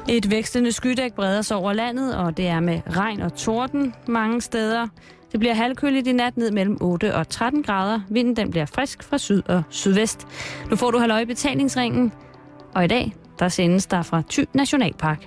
Et vækstende skydæk breder sig over landet, og det er med regn og torden mange steder. Det bliver halvkøligt i nat ned mellem 8 og 13 grader. Vinden den bliver frisk fra syd og sydvest. Nu får du halløj i betalingsringen, og i dag der sendes der fra Thy Nationalpark.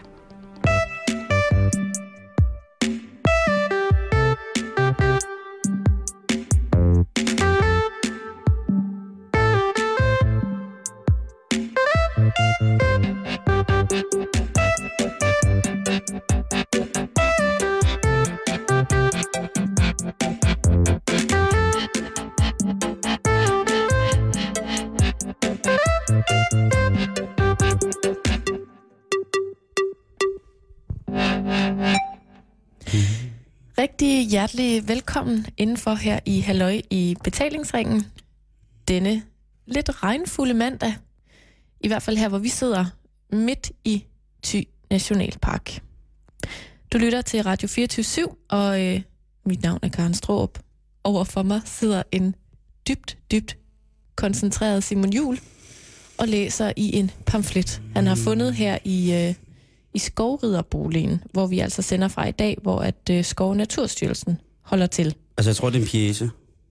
Rigtig hjertelig velkommen indenfor her i halløj i betalingsringen. Denne lidt regnfulde mandag. I hvert fald her, hvor vi sidder midt i Thy Nationalpark. Du lytter til Radio 24/7, og mit navn er Karen Straarup. Overfor mig sidder en dybt koncentreret Simon Juhl og læser i en pamflet, han har fundet her i Skovriderboligen, hvor vi altså sender fra i dag, hvor at Skov- og Naturstyrelsen holder til. Altså, jeg tror, det er en pjece.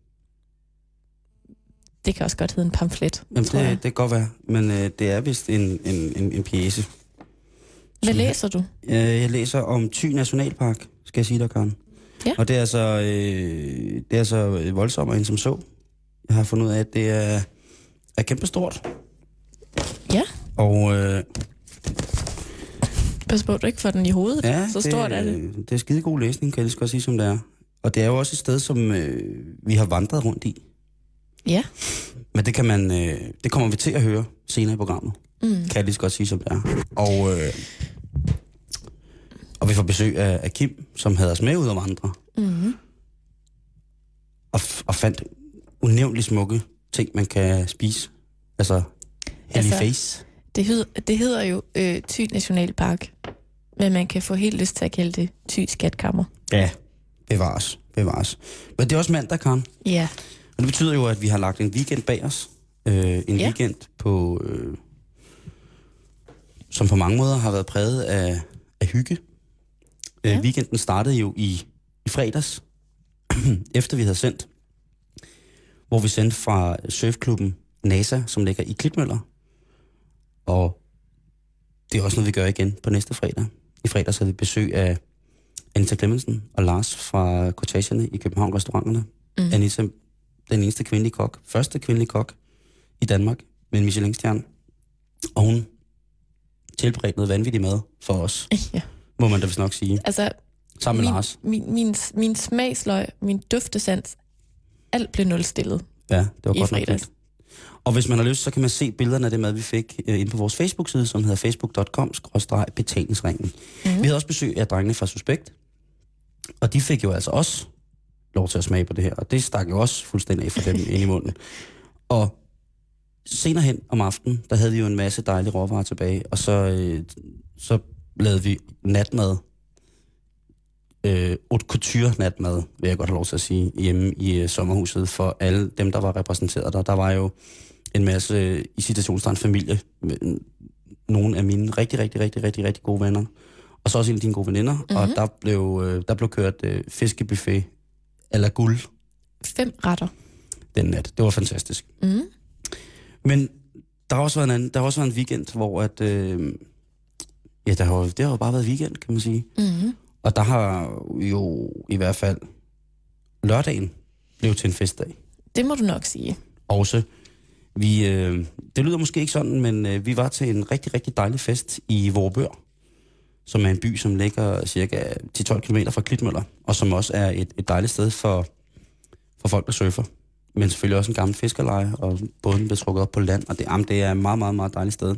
Det kan også godt hedde en pamflet, Jamen, det kan godt være, men det er vist en pjece. Hvad læser du? Jeg læser om Thy Nationalpark, skal jeg sige dig, Karen. Ja. Og det er altså voldsommere end som så. Jeg har fundet ud af, at det er kæmpestort. Ja. Og pas på, du ikke får den i hovedet. ja, så stort er det. Det er skidegod læsning, kan jeg lige så godt sige, som det er. Og det er jo også et sted, som vi har vandret rundt i. Ja. Men det det kommer vi til at høre senere i programmet. Kan jeg lige så godt sige, som det er. Og vi får besøg af Kim, som havde os med ud og vandre. Mm-hmm. Og fandt unævnligt smukke ting, man kan spise. Altså, face. Det hedder jo Thy Nationalpark, men man kan få helt lyst til at kalde det Thy Skatkammer. Ja, bevares. Men det er også mandag, Karen. Ja. Og det betyder jo, at vi har lagt en weekend bag os. Weekend på, som på mange måder har været præget af hygge. Ja. Weekenden startede jo i fredags, efter vi havde sendt, hvor vi sendte fra surfklubben NASA, som ligger i Klitmøller. Og det er også noget, vi gør igen på næste fredag. I fredags havde vi besøg af Anita Clemmensen og Lars fra Cortagerne i København Restauranterne. Anita, den eneste kvindelige kok, første kvindelige kok i Danmark med en Michelin-stjerne. Og hun tilberedte noget vanvittigt mad for os, må man da vist nok sige. Altså, sammen med Lars. Min smagsløg, min duftesans, alt blev nulstillet. Ja, det var godt fredags. nok. Og hvis man har lyst, så kan man se billederne af det mad, vi fik inde på vores Facebook-side, som hedder facebook.com/betalingsringen. Vi havde også besøg af drengene fra Suspekt, og de fik jo altså også lov til at smage på det her, og det stak jo også fuldstændig af for dem ind i munden. Og senere hen om aftenen, der havde vi jo en masse dejlige råvarer tilbage, og så lavede vi natmad, haute couture natmad, vil jeg godt have lov til at sige, hjemme i sommerhuset for alle dem, der var repræsenteret der. Der var jo en masse i citationstegn familie, nogle af mine rigtig gode venner, og så også en af dine gode veninder, og der blev kørt fiskebuffet a la guld. 5 retter. Den nat. Det var fantastisk. Men der har også været en weekend, hvor at det har jo bare været weekend, kan man sige. Og der har jo i hvert fald lørdagen blevet til en festdag. Det må du nok sige. Også. Det lyder måske ikke sådan, men vi var til en rigtig dejlig fest i Vorupør, som er en by, som ligger cirka 10-12 km fra Klitmøller, og som også er et dejligt sted for folk, der surfer. Men selvfølgelig også en gammel fiskerleje, og båden blev trukket op på land, og det er et meget dejligt sted.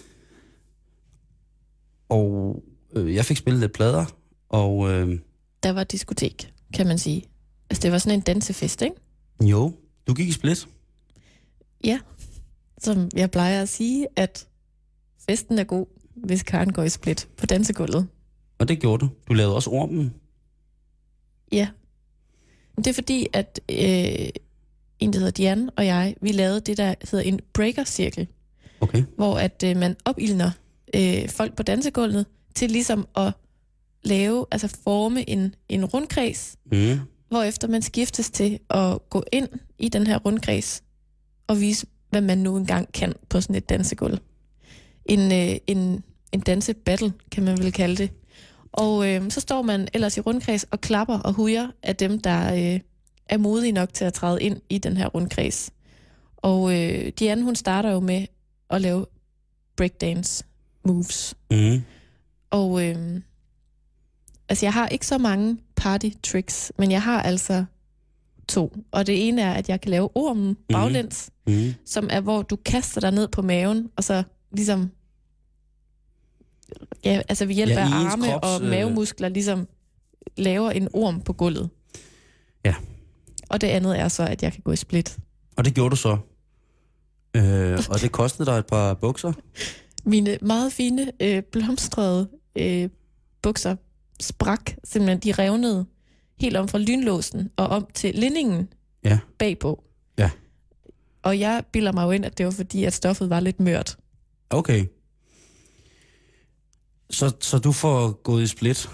Og jeg fik spillet lidt plader, og der var diskotek, kan man sige. Altså, det var sådan en dansefest, ikke? Jo, du gik i split. Ja, som jeg plejer at sige, at festen er god, hvis Karen går i split på dansegulvet. Og det gjorde du. Du lavede også ormen. Ja. Det er fordi, at en, der hedder Diane og jeg, vi lavede det, der hedder en breaker-cirkel. Okay. Hvor at man opildner folk på dansegulvet til ligesom at lave, altså forme en rundkreds, hvorefter man skiftes til at gå ind i den her rundkreds og vise, hvad man nu engang kan på sådan et dansegulv. En dansebattle, kan man vel kalde det. Og så står man ellers i rundkreds og klapper og hujer af dem, der er modige nok til at træde ind i den her rundkreds. Og Diane, hun starter jo med at lave breakdance moves. Og altså, jeg har ikke så mange party tricks, men jeg har altså 2. Og det ene er, at jeg kan lave ormen baglæns, som er, hvor du kaster dig ned på maven, og så ligesom, ja, altså ved hjælp af arme og mavemuskler, ligesom laver en orm på gulvet. Ja. Og det andet er så, at jeg kan gå i split. Og det gjorde du så. Og det kostede dig et par bukser? Mine meget fine, blomstrede bukser sprak. Simpelthen, de revnede helt om fra lynlåsen og om til linningen bagpå. Ja. Og jeg bilder mig jo ind, at det var fordi, at stoffet var lidt mørt. Okay. Så du får gået i split.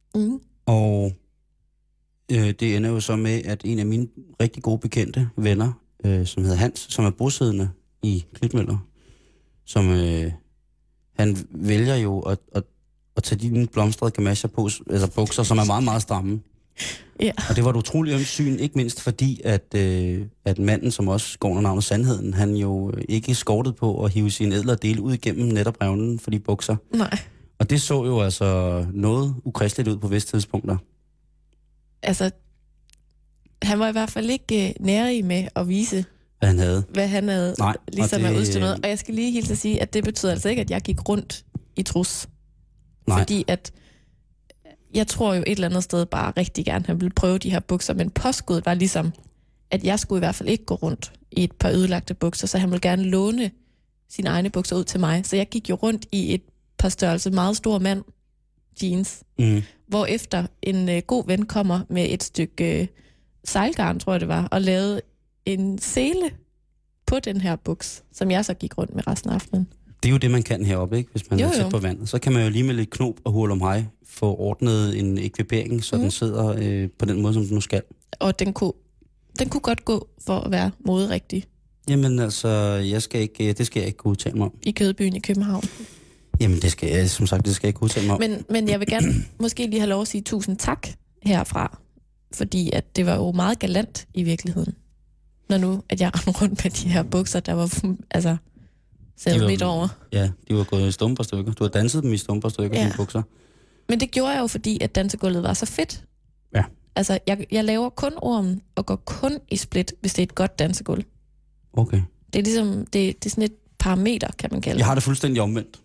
Og det ender jo så med, at en af mine rigtig gode bekendte venner, som hedder Hans, som er bosiddende i Klitmøller, som han vælger jo at tage dine blomstrede gamasjer på, altså bukser, som er meget, meget stramme. Ja. Og det var et utroligt ømt syn, ikke mindst fordi, at manden, som også går under navnet Sandheden, han jo ikke skortede på at hive sine ædlere dele ud igennem netop revnen for de bukser. Nej. Og det så jo altså noget ukristeligt ud på visse tidspunkter. Altså, han var i hvert fald ikke nærig med at vise, hvad han havde Nej, ligesom at udstyre noget. Og jeg skal lige hilse at sige, at det betyder altså ikke, at jeg gik rundt i trus. Nej. Fordi at jeg tror jo et eller andet sted bare rigtig gerne, han ville prøve de her bukser, men påskuddet var ligesom, at jeg skulle i hvert fald ikke gå rundt i et par ødelagte bukser, så han ville gerne låne sine egne bukser ud til mig. Så jeg gik jo rundt i et par størrelse meget stor mand jeans, hvorefter en god ven kommer med et stykke sejlgarn, tror jeg det var, og lavede en sele på den her buks, som jeg så gik rundt med resten af aftenen. Det er jo det, man kan heroppe, ikke? Hvis man er tæt på vandet. Så kan man jo lige med lidt knop og hurl om hej få ordnet en ekvipering, så den sidder på den måde, som den nu skal. Og den kunne godt gå for at være moderigtig. Jamen altså, det skal jeg ikke kunne udtale mig om. I Kødbyen i København. Jamen det skal jeg, som sagt, det skal jeg ikke udtale mig om. Men jeg vil gerne måske lige have lov at sige 1000 tak herfra, fordi at det var jo meget galant i virkeligheden. Når nu, at jeg rendte rundt med de her bukser, der var altså sædet midt over. Ja, de var gået i stumperstykker. Du har danset dem i stumperstykker, dine bukser. Men det gjorde jeg jo, fordi at dansegulvet var så fedt. Ja. Altså, jeg laver kun ormen og går kun i split, hvis det er et godt dansegulv. Okay. Det er ligesom, det er sådan et parameter, kan man kalde det. Jeg har det fuldstændig omvendt.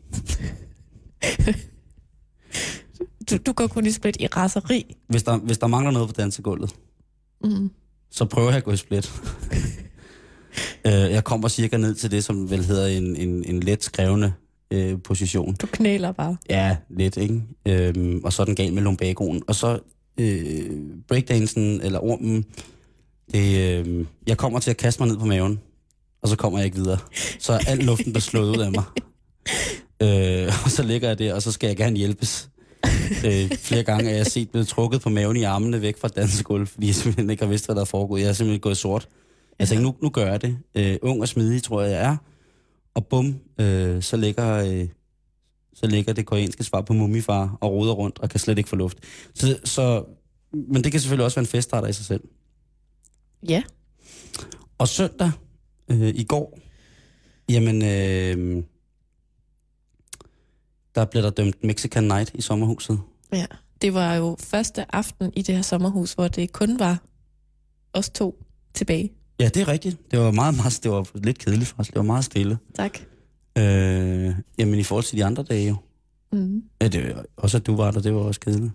du går kun i split i raseri. Hvis der mangler noget på dansegulvet, så prøver jeg at gå i split. Jeg kommer cirka ned til det, som vel hedder en let skrevne position. Du knæler bare. Ja, lidt, ikke? Og så er den gal med lumbagoen. Og så breakdansen, eller ormen, jeg kommer til at kaste mig ned på maven, og så kommer jeg ikke videre. Så al luften bliver slået ud af mig. Og så ligger jeg der, og så skal jeg gerne hjælpes. Flere gange er jeg set blevet trukket på maven i armene væk fra dansegulv, fordi jeg simpelthen ikke har vidst, hvad der er foregået. Jeg er simpelthen gået sort. Jeg tænkte, nu gør jeg det. Ung og smidig, tror jeg er. Og bum, så ligger det koreanske svar på Mumifar og roder rundt og kan slet ikke få luft. Men det kan selvfølgelig også være en feststarter i sig selv. Ja. Og søndag i går, jamen, der blev der dømt Mexican Night i sommerhuset. Ja, det var jo første aften i det her sommerhus, hvor det kun var os 2 tilbage. Ja, det er rigtigt. Det var lidt kedeligt faktisk. Det var meget stille. Tak. Jamen i forhold til de andre dage jo. Ja, også at du var der, det var også kedeligt.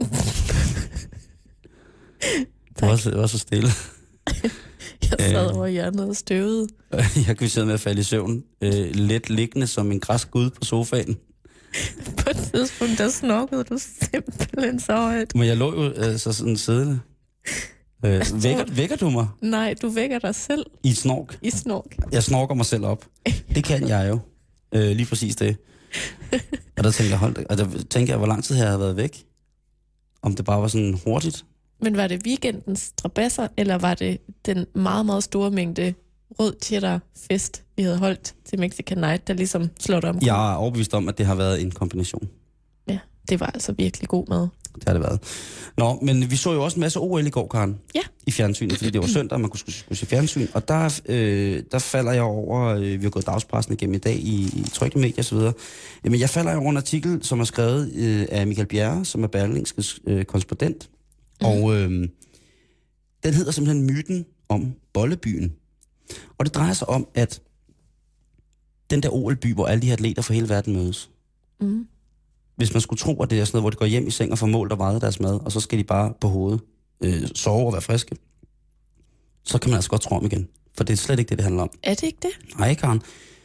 Det var så stille. Jeg sad over hjørnet og støvede. Jeg kunne sidde med at falde i søvn. Let liggende som en græsk gud på sofaen. På et tidspunkt, der snorkede du simpelthen så højt. Men jeg lå jo så sådan siddende. Vækker du mig? Nej, du vækker dig selv. I snork? I snork. Jeg snorker mig selv op. Det kan jeg jo. Lige præcis det. Og der tænker jeg, hvor lang tid jeg havde været væk. Om det bare var sådan hurtigt. Men var det weekendens strabasser, eller var det den meget, meget store mængde rød cheddar fest, vi havde holdt til Mexican Night, der ligesom slår dig omkring? Jeg er overbevist om, at det har været en kombination. Ja, det var altså virkelig god mad. Det har det været. Nå, men vi så jo også en masse OL i går, Karen. Ja. I fjernsynet, fordi det var søndag, og man skulle se fjernsyn. Og der falder jeg over, vi har gået dagspressen igennem i dag i trykte medier og så videre. Jamen, jeg falder over en artikel, som er skrevet af Michael Bjerre, som er Berlingskes korrespondent. Og den hedder simpelthen Myten om Bollebyen. Og det drejer sig om, at den der OL-by, hvor alle de her atleter fra hele verden mødes. Hvis man skulle tro, at det er sådan noget, hvor de går hjem i seng og får målt og vejet deres mad, og så skal de bare på hovedet sove og være friske, så kan man altså godt tro om igen. For det er slet ikke det handler om. Er det ikke det? Nej, Karen.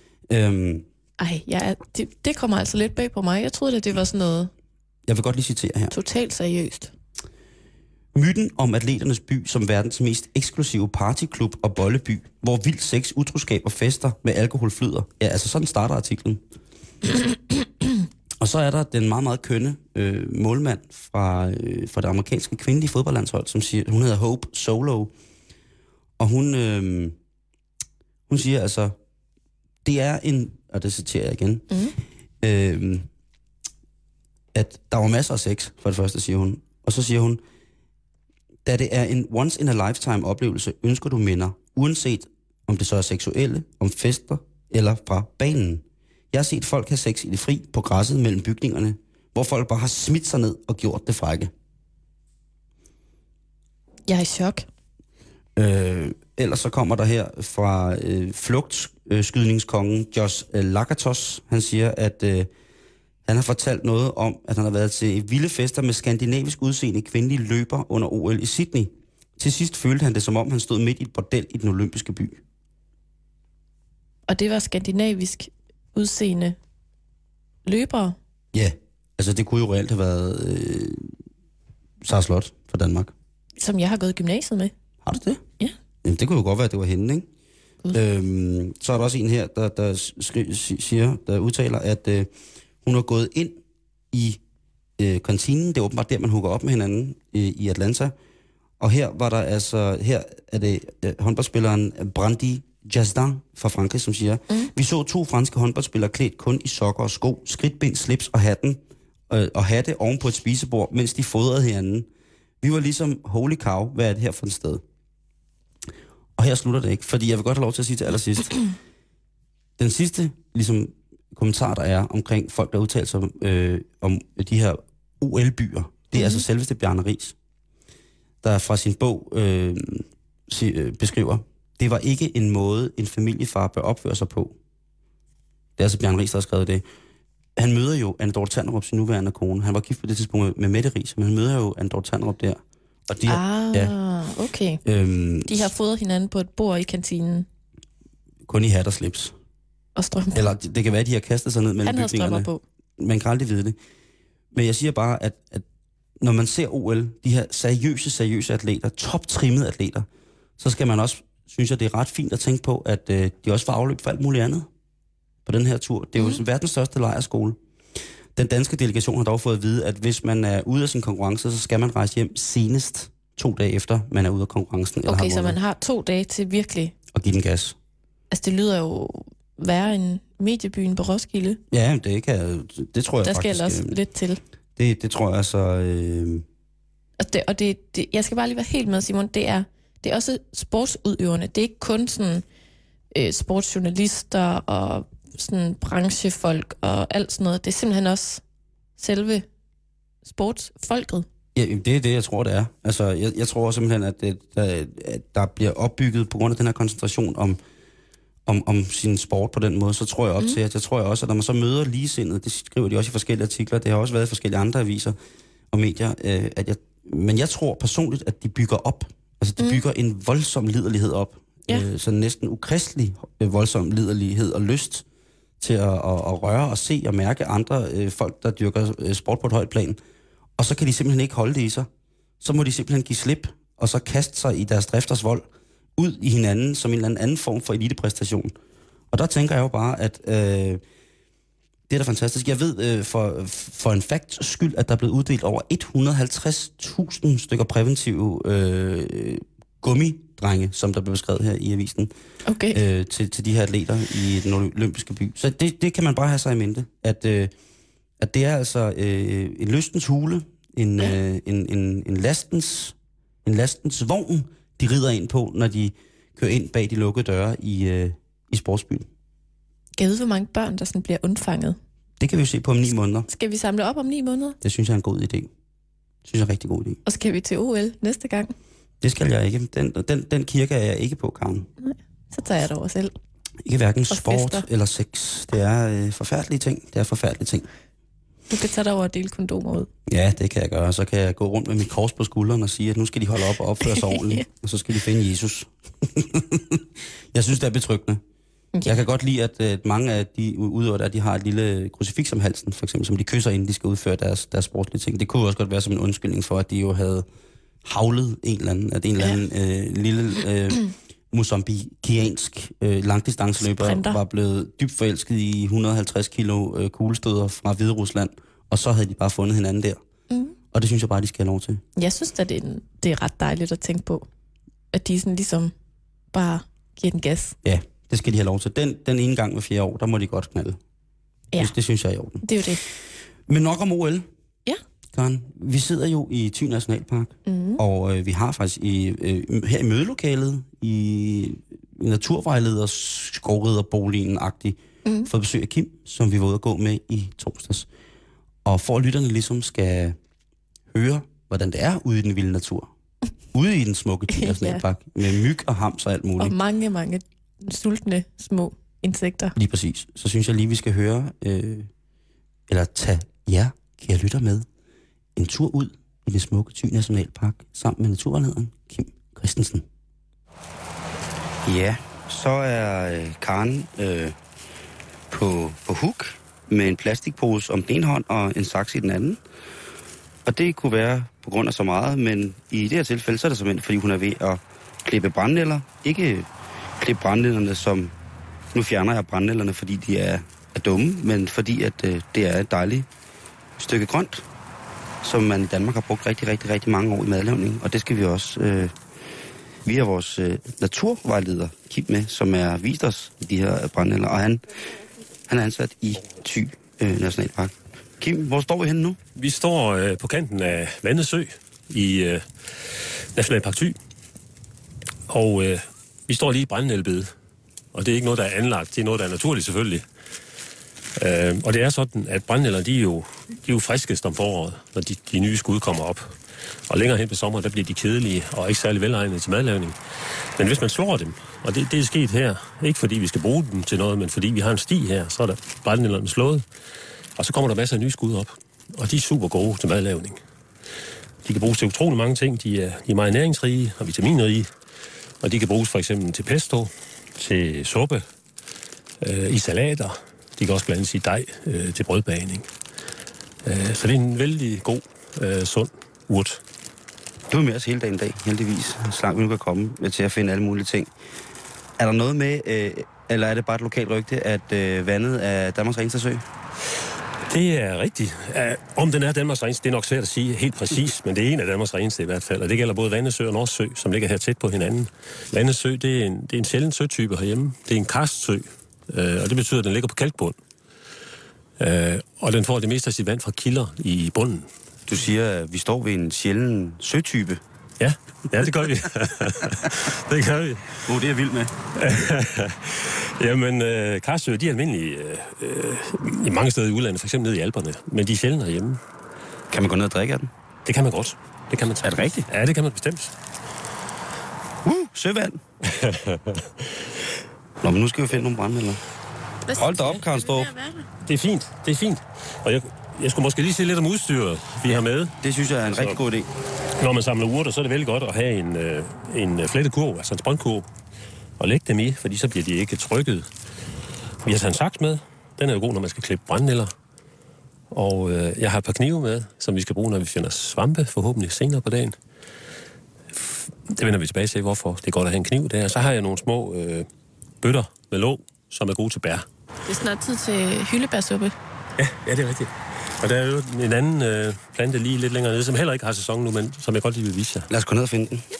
Det kommer altså lidt bag på mig. Jeg troede, at det var sådan noget... Jeg vil godt lige citere her. Totalt seriøst. Myten om atleternes by som verdens mest eksklusive partyklub og bolleby, hvor vild sex, utroskab og fester med alkohol flyder. Ja, altså sådan starter artiklen. Og så er der den meget, meget kønne målmand fra det amerikanske kvindelige fodboldlandshold, som siger, hun hedder Hope Solo. Og hun siger altså, det er en, og det citerer jeg igen, at der var masser af sex, for det første, siger hun. Og så siger hun, da det er en once-in-a-lifetime oplevelse, ønsker du minder, uanset om det så er seksuelle, om fester eller fra banen. Jeg har set folk have sex i det fri på græsset mellem bygningerne, hvor folk bare har smidt sig ned og gjort det frække. Jeg er i chok. Ellers så kommer der her fra flugtskydningskongen Josh Lakatos. Han siger, at han har fortalt noget om, at han har været til vilde fester med skandinavisk udseende kvindelige løber under OL i Sydney. Til sidst følte han det, som om han stod midt i et bordel i den olympiske by. Og det var skandinavisk udseende løbere? Ja, altså det kunne jo reelt have været Sara Slot fra Danmark. Som jeg har gået i gymnasiet med. Har du det? Ja. Jamen, det kunne jo godt være, at det var hende, ikke? Så er der også en her, der udtaler, at hun har gået ind i kantinen. Det er åbenbart der, man hooker op med hinanden i Atlanta. Og her var der altså, her er det håndboldspilleren Brandy Jasdan fra Frankrig, som siger, vi så 2 franske håndboldspillere klædt kun i sokker og sko, skridtbind, slips og hatte oven på et spisebord, mens de fodrede hinanden. Vi var ligesom holy cow, hvad er det her for et sted? Og her slutter det ikke, fordi jeg vil godt have lov til at sige til allersidst. Den sidste ligesom, kommentar, der er omkring folk, der udtaler sig om de her OL-byer, det er altså selveste Bjarne Riis, der fra sin bog beskriver, det var ikke en måde, en familiefar bør opføre sig på. Det er altså Bjarne Riis, der har skrevet det. Han møder jo Anne Dorthe Tanderup, sin nuværende kone. Han var gift på det tidspunkt med Mette Riis, men han møder jo Anne Dorthe Tanderup der. Og de okay. De har fodret hinanden på et bord i kantinen. Kun i hat og slips. Og strømper. Eller det kan være, at de har kastet sig ned mellem bygningerne. Han havde strømper på. Man kan aldrig vide det. Men jeg siger bare, at når man ser OL, de her seriøse atleter, toptrimmede atleter, så skal man også, synes jeg, det er ret fint at tænke på, at de også får afløb for alt muligt andet på den her tur. Det er jo verdens største lejrskole. Den danske delegation har dog fået at vide, at hvis man er ude af sin konkurrence, så skal man rejse hjem senest 2 dage efter, man er ude af konkurrencen. Okay, så man har 2 dage til virkelig... at give den gas. Altså, det lyder jo værre end mediebyen på Roskilde. Ja, det tror jeg der faktisk... Der skal også lidt til. Det tror jeg så... Jeg skal bare lige være helt med, Simon. Det er også sportsudøverne. Det er ikke kun sådan sportsjournalister og sådan branchefolk og alt sådan noget. Det er simpelthen også selve sportsfolket. Ja, det er det, jeg tror, det er. Altså, jeg tror simpelthen, at der bliver opbygget på grund af den her koncentration om sin sport på den måde, så tror jeg til, at jeg tror også, at når man så møder ligesindet, det skriver de også i forskellige artikler, det har også været i forskellige andre aviser og medier, men jeg tror personligt, at de bygger op. Altså, de bygger en voldsom liderlighed op. Ja. Så næsten ukristelig voldsom liderlighed og lyst til at røre og se og mærke andre folk, der dyrker sport på et højt plan. Og så kan de simpelthen ikke holde det i sig. Så må de simpelthen give slip, og så kaste sig i deres drifters vold ud i hinanden som en eller anden form for elitepræstation. Og der tænker jeg jo bare, at Det er da fantastisk. Jeg ved for en facts skyld, at der er blevet uddelt over 150.000 stykker præventive gummidrenge, som der blev beskrevet her i avisen, til de her atleter i den olympiske by. Så det kan man bare have sig i mente, at det er altså en lystens hule, en lastens vogn, de rider ind på, når de kører ind bag de lukkede døre i sportsbyen. Jeg ved, hvor mange børn, der sådan bliver undfanget. Det kan vi jo se på om 9 måneder. Skal vi samle op om 9 måneder? Det synes jeg er en god idé. Det synes jeg er en rigtig god idé. Og skal vi til OL næste gang? Det skal jeg ikke. Den kirke er jeg ikke på, Karen. Nej, så tager jeg det over selv. Ikke hverken Og sport fester. eller sex. Det er forfærdelige ting. Det er forfærdelige ting. Du kan tage dig over og dele kondomer ud. Ja, det kan jeg gøre. Så kan jeg gå rundt med mit kors på skulderen og sige, at nu skal de holde op og opføre sig ordentligt. Og så skal de finde Jesus. Jeg synes, det er betryggende. Okay. Jeg kan godt lide, at mange af de udøvere der, de har et lille krucifiks om halsen, for eksempel, som de kysser, inden de skal udføre deres sportslige ting. Det kunne også godt være som en undskyldning for, at de jo havde havlet en eller anden lille mozambikiansk langdistanceløber var blevet dybt forelsket i 150 kilo kuglestøder fra Hviderusland, og så havde de bare fundet hinanden der. Mm. Og det synes jeg bare, de skal have lov til. Jeg synes at det er ret dejligt at tænke på, at de sådan ligesom bare giver den gas. Ja, det skal de have lov til. Den ene gang med 4 år, der må de godt knalde. Ja. Det synes jeg er i orden. Det er jo det. Men nok om OL. Ja. Karen, vi sidder jo i Thy Nationalpark, og vi har faktisk her i mødelokalet i naturvejleders skovriderboligen-agtigt fået besøg af Kim, som vi var ude at gå med i torsdags. Og for at lytterne ligesom skal høre, hvordan det er ude i den vilde natur. Ude i den smukke Thy Nationalpark, med myg og hams og alt muligt. Og mange, mange sultne små insekter. Lige præcis. Så synes jeg lige, vi skal høre, eller tage jer, kære lytter med, en tur ud i det smukke Thy Nationalpark sammen med naturvejlederen Kim Christensen. Ja, så er Karen på hook med en plastikpose om den ene hånd og en saks i den anden. Og det kunne være på grund af så meget, men i det her tilfælde, så er det simpelthen, fordi hun er ved at klippe brændenælder. Ikke klippe brændenælderne, som nu fjerner jeg brændenælderne, fordi de er dumme, men fordi at det er et dejligt stykke grønt, som man i Danmark har brugt rigtig, rigtig, rigtig mange år i madlavning. Og det skal vi også via vores naturvejleder Kim med, som er vist os de her brændenælder. Og han er ansat i Thy Nationalpark. Kim, hvor står vi henne nu? Vi står på kanten af Vandet Sø i Nationalpark Thy. Og vi står lige i brændenældebedet. Og det er ikke noget, der er anlagt. Det er noget, der er naturligt selvfølgelig. Og det er sådan, at brændenælder, de er jo friskest om foråret, når de nye skud kommer op. Og længere hen på sommeren, der bliver de kedelige og ikke særlig velegnede til madlavning. Men hvis man slår dem, og det er sket her, ikke fordi vi skal bruge dem til noget, men fordi vi har en sti her, så er der brændenælderne slået. Og så kommer der masser af nye skud op. Og de er super gode til madlavning. De kan bruges til utrolig mange ting. De er meget næringsrige og vitaminrige. Og de kan bruges for eksempel til pesto, til suppe, i salater. De kan også blandes i dej til brødbagning. Så det er en vældig god, sund urt. Du er med os hele dagen i dag, heldigvis. Så langt vi nu kan komme til at finde alle mulige ting. Er der noget med, eller er det bare et lokalt rygte, at vandet er Danmarks reneste sø? Det er rigtigt. Om den er Danmarks reneste, det er nok svært at sige helt præcis, men det er en af Danmarks reneste i hvert fald. Og det gælder både Vandesø og Nordsø, som ligger her tæt på hinanden. Vandesø, det er en sjælden søtype herhjemme. Det er en karstsø, og det betyder, at den ligger på kalkbund. Og den får det meste af sit vand fra kilder i bunden. Du siger, at vi står ved en sjælden søtype. Ja, det gør vi. Det gør vi. Det er vildt med. Jamen, karstsøer, de er almindelige i mange steder i udlandet, f.eks. nede i Alperne, men de er sjældne herhjemme. Kan man gå ned og drikke af den? Det kan man godt. Det kan man tage. Er det rigtigt? Ja, det kan man bestemt. Søvand. Nå, men nu skal vi finde nogle brændenælder. Hold da op, Karen Strup. Det er fint. Og jeg skulle måske lige se lidt om udstyret, vi har med. Det synes jeg er en rigtig god idé. Når man samler urter, så er det vældig godt at have en flettekurv, altså en spåndkurv, og lægge dem i, fordi så bliver de ikke trykket. Vi har taget en saks med. Den er jo god, når man skal klippe brændenælder. Og jeg har et par knive med, som vi skal bruge, når vi finder svampe, forhåbentlig senere på dagen. Det vender vi tilbage til, hvorfor det er godt at have en kniv der. Så har jeg nogle små bøtter med låg, som er gode til bær. Det er snart tid til hyldebærsuppe. Ja, det er rigtigt. Og der er jo en anden plante lige lidt længere nede, som heller ikke har sæson nu, men som jeg godt lige vil vise jer. Lad os gå ned og finde den.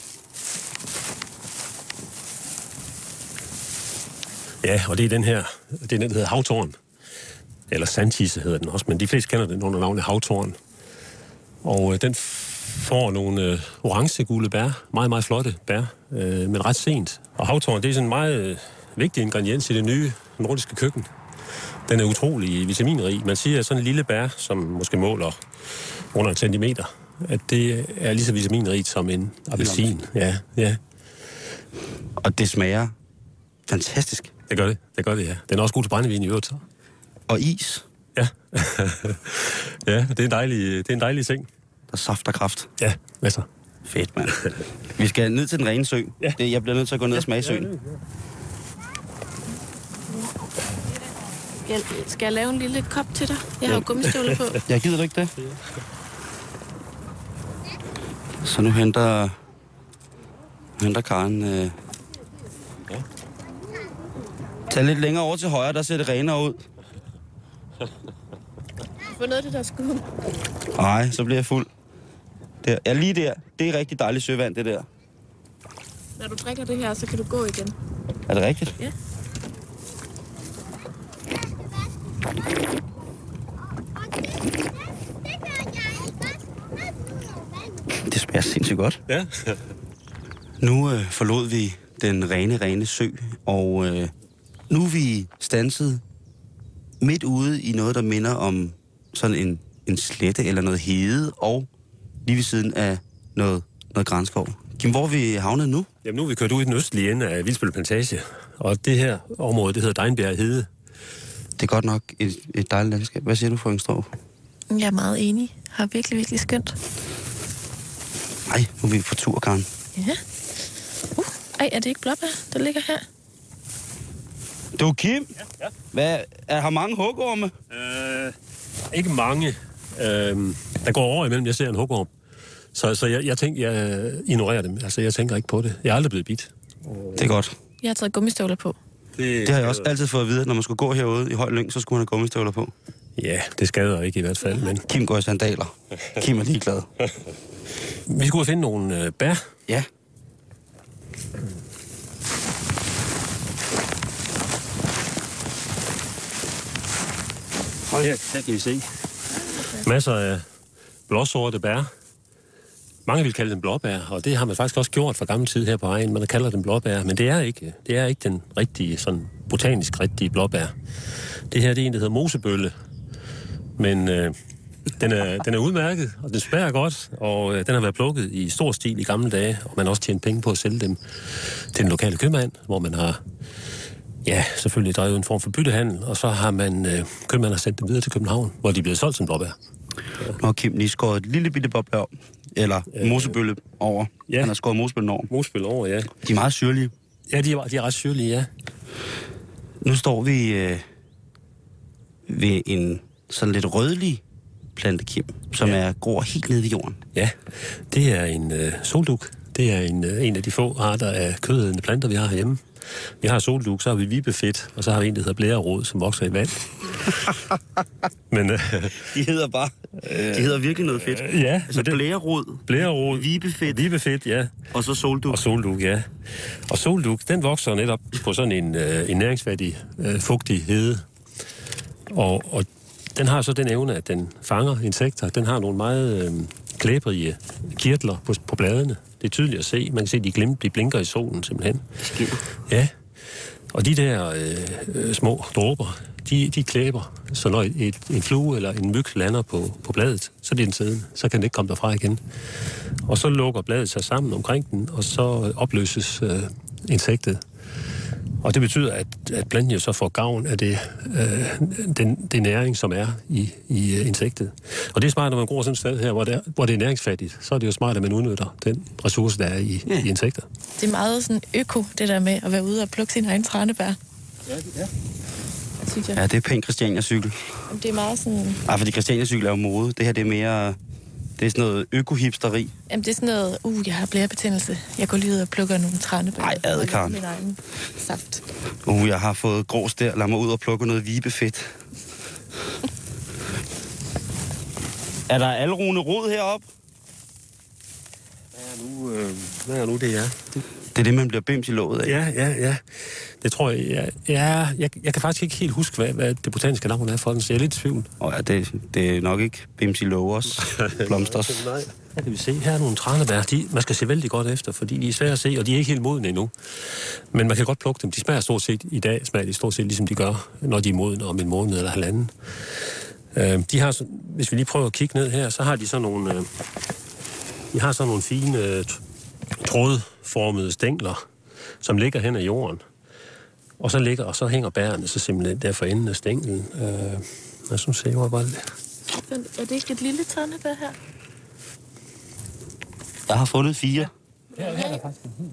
Ja, og det er den her, der hedder havtorn. Eller sandtisse hedder den også, men de fleste kender den under navnet havtorn. Og den får nogle orange-gule bær, meget, meget flotte bær, men ret sent. Og havtorn, det er sådan en meget vigtig ingrediens i det nye nordiske køkken. Den er utrolig vitaminrig. Man siger, at sådan en lille bær, som måske måler under 1 centimeter, at det er lige så vitaminrigt som en appelsin. Ja. Og det smager fantastisk. Det gør det, ja. Den er også god til brændevin i øvrigt, så. Og is. Ja. Ja, det er en dejlig ting. Der saft og kraft. Ja, masser. Fedt, mand. Vi skal ned til den rene sø. Ja. Jeg bliver nødt til at gå ned og smage søen. Skal jeg lave en lille kop til dig? Jeg har jo gummistøvler på. Jeg gider du ikke det? Så nu henter Karen... Tag lidt længere over til højre, der ser det renere ud. Få noget af det der skum. Nej, så bliver jeg fuld. Der. Ja, lige der. Det er rigtig dejligt søvand, det der. Når du drikker det her, så kan du gå igen. Er det rigtigt? Ja. Det smager sindssygt godt. Ja. Nu forlod vi den rene sø, og nu er vi standset midt ude i noget, der minder om sådan en slette eller noget hede, og lige ved siden af noget grænskov. Kim, hvor er vi havnet nu? Jamen, nu er vi kørt ud i den østlige ende af Vildsbøl Plantage, og det her område, det hedder Dejnbjerg Hede. Det er godt nok et dejligt landskab. Hvad siger du, Frøken Strå? Jeg er meget enig. Har virkelig, virkelig skønt. Nej, nu er vi på tur, Karen. Ja. Ej, er det ikke blåbær, der ligger her? Du, Kim? Ja. Har mange hugorme? Ikke mange. Der går over imellem, jeg ser en hugorm. Så jeg tænker, jeg ignorerer dem. Altså, jeg tænker ikke på det. Jeg er aldrig blevet bidt. Det er godt. Jeg har taget gummistøvler på. Det har jeg også altid fået at vide, at når man skulle gå herude i høj lyng, så skulle man have gummistøvler på. Ja, det skader ikke i hvert fald, men... Kim går i sandaler. Kim er ligeglad. Vi skulle finde nogle bær. Ja. Her kan vi se. Masser af blåsorte bær. Mange vil kalde dem blåbær, og det har man faktisk også gjort fra gammel tid her på egnen. Man kalder dem blåbær, men det er ikke den rigtige, sådan botanisk rigtige blåbær. Det her, det er en, der hedder mosebølle. Men den er udmærket, og den smager godt, og den har været plukket i stor stil i gamle dage, og man har også tjent penge på at sælge dem til den lokale købmand, hvor man har, ja, selvfølgelig drevet en form for byttehandel, og så har købmanden sendt dem videre til København, hvor de er blevet solgt som blåbær. Nu har Kim lige skåret et lille bitte blåbær, eller mosebølle over. Ja. Han har skåret mosebøllen over. Mosebølle over, ja. De er meget syrlige. Ja, de er ret syrlige, ja. Nu står vi ved en sådan lidt rødlig plante, Kim, som gror helt nede i jorden. Ja, det er en soldug. Det er en af de få arter af kødædende planter, vi har herhjemme. Vi har soldug, så har vi vibefedt, og så har vi en, der hedder blærerod, som vokser i vand. Men, de hedder virkelig noget fedt. Ja. Altså blærerod, vibefedt, ja. Og så soldug. Ja. Og soldug, den vokser netop på sådan en næringsfattig, fugtig hede. Og den har så den evne, at den fanger insekter. Den har nogle meget klæbrige kirtler på bladene. Det er tydeligt at se. Man kan se, at de blinker i solen simpelthen. Ja. Og de der små dråber, de klæber. Så når en flue eller en myg lander på bladet, så bliver den siddende. Så kan den ikke komme derfra igen. Og så lukker bladet sig sammen omkring den, og så opløses insektet. Og det betyder, at planten jo så får gavn af det næring, som er i insektet. Og det er smart, når man gror sådan et sted her, hvor det er næringsfattigt. Så er det jo smart, at man udnytter den ressource, der er i insekter. Det er meget sådan øko, det der med at være ude og plukke sin egen tranebær. Ja. Ja, det er pænt Christiania-cykel. Det er meget sådan... fordi Christiania-cykel er jo mode. Det her, det er mere... Det er sådan noget økohipsteri. Jamen, det er sådan noget, jeg har blærebetændelse. Jeg går lige ud og plukker nogle tranebær. Ej, Karen. Min egen saft. Jeg har fået grås der. Lad mig ud og plukke noget vibefedt. Er der alrune rod heroppe? Hvad er nu det er? Det er det, man bliver bims i låget af. Ja. Det tror jeg. Jeg kan faktisk ikke helt huske, hvad det botaniske navn er for den, så jeg er lidt i tvivl. Det er nok ikke bims i lågers blomsters. Nej. Her kan vi se, her er nogle tranebær. Man skal se vældig godt efter, fordi de er svære at se, og de er ikke helt modne endnu. Men man kan godt plukke dem. De smager stort set i dag, ligesom de gør, når de er modne om en måned eller halvanden. De har, hvis vi lige prøver at kigge ned her, så har de sådan nogle... De har sådan nogle fine trådformede stængler, som ligger hen ad jorden. Og så hænger bærene så simpelthen der for enden af stænglen. Jeg synes, jeg var bare lidt. Er det ikke et lille tranebær her? Jeg har fundet 4. Ja, her er der faktisk en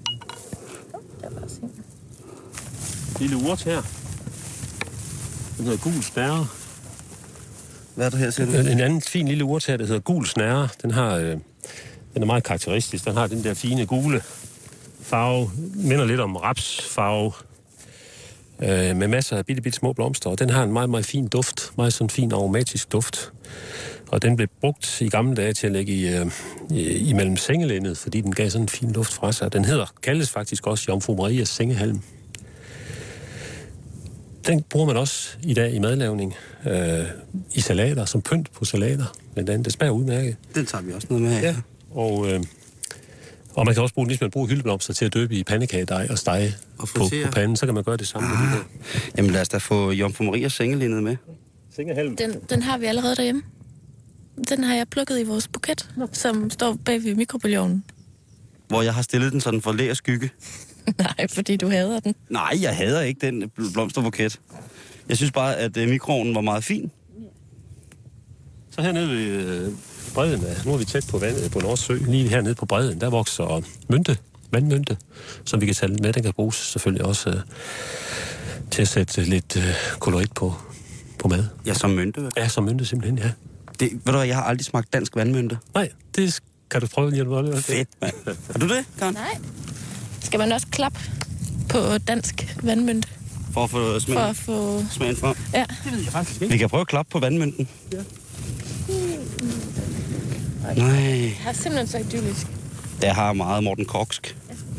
lille urt her. Den hedder gul snære. Hvad er der her, siger du? En anden fin lille urt her, der hedder gul snære. Den er meget karakteristisk. Den har den der fine gule farve. Minder lidt om rapsfarve. Med masser af bitte små blomster. Og den har en meget, meget fin duft. Meget sådan fin aromatisk duft. Og den blev brugt i gamle dage til at lægge imellem sengelænet, fordi den gav sådan en fin luft fra sig. Den kaldes faktisk også Jomfru Marias sengehalm. Den bruger man også i dag i madlavning. I salater, som pynt på salater. Men det smager udmærket. Den tager vi også noget med her. Ja. Og man kan også bruge den, hvis man bruger hyldeblomster til at døbe i pandekagedej og stege på panden, så kan man gøre det samme. Jamen lad os da få Jomfru Marias sengelænet med. Sengehalm. Den har vi allerede derhjemme. Den har jeg plukket i vores buket, som står bag ved mikrobølgeovnen. Hvor jeg har stillet den sådan for læ og skygge. Nej, fordi du hader den. Nej, jeg hader ikke den blomsterbuket. Jeg synes bare, at mikroovnen var meget fin. Så hernede ved bredden nu er vi tæt på vandet på Nordsø. Lige hernede på bredden, der vokser vandmynte, som vi kan tage med. Den kan bruges selvfølgelig også til at sætte lidt kolorit på mad. Ja, som mynte. Ja, som mynte simpelthen, ja. Ved du hvad, jeg har aldrig smagt dansk vandmynte. Nej, det kan du prøve lige at prøve. Fedt, mand. Har du det, Karen? Nej. Skal man også klappe på dansk vandmynte? For at få smagen frem? Ja. Det ved jeg faktisk ikke. Vi kan prøve at klappe på vandmynten. Ja. Nej. Jeg har simpelthen så idyllisk. Det har meget Morten Korksk.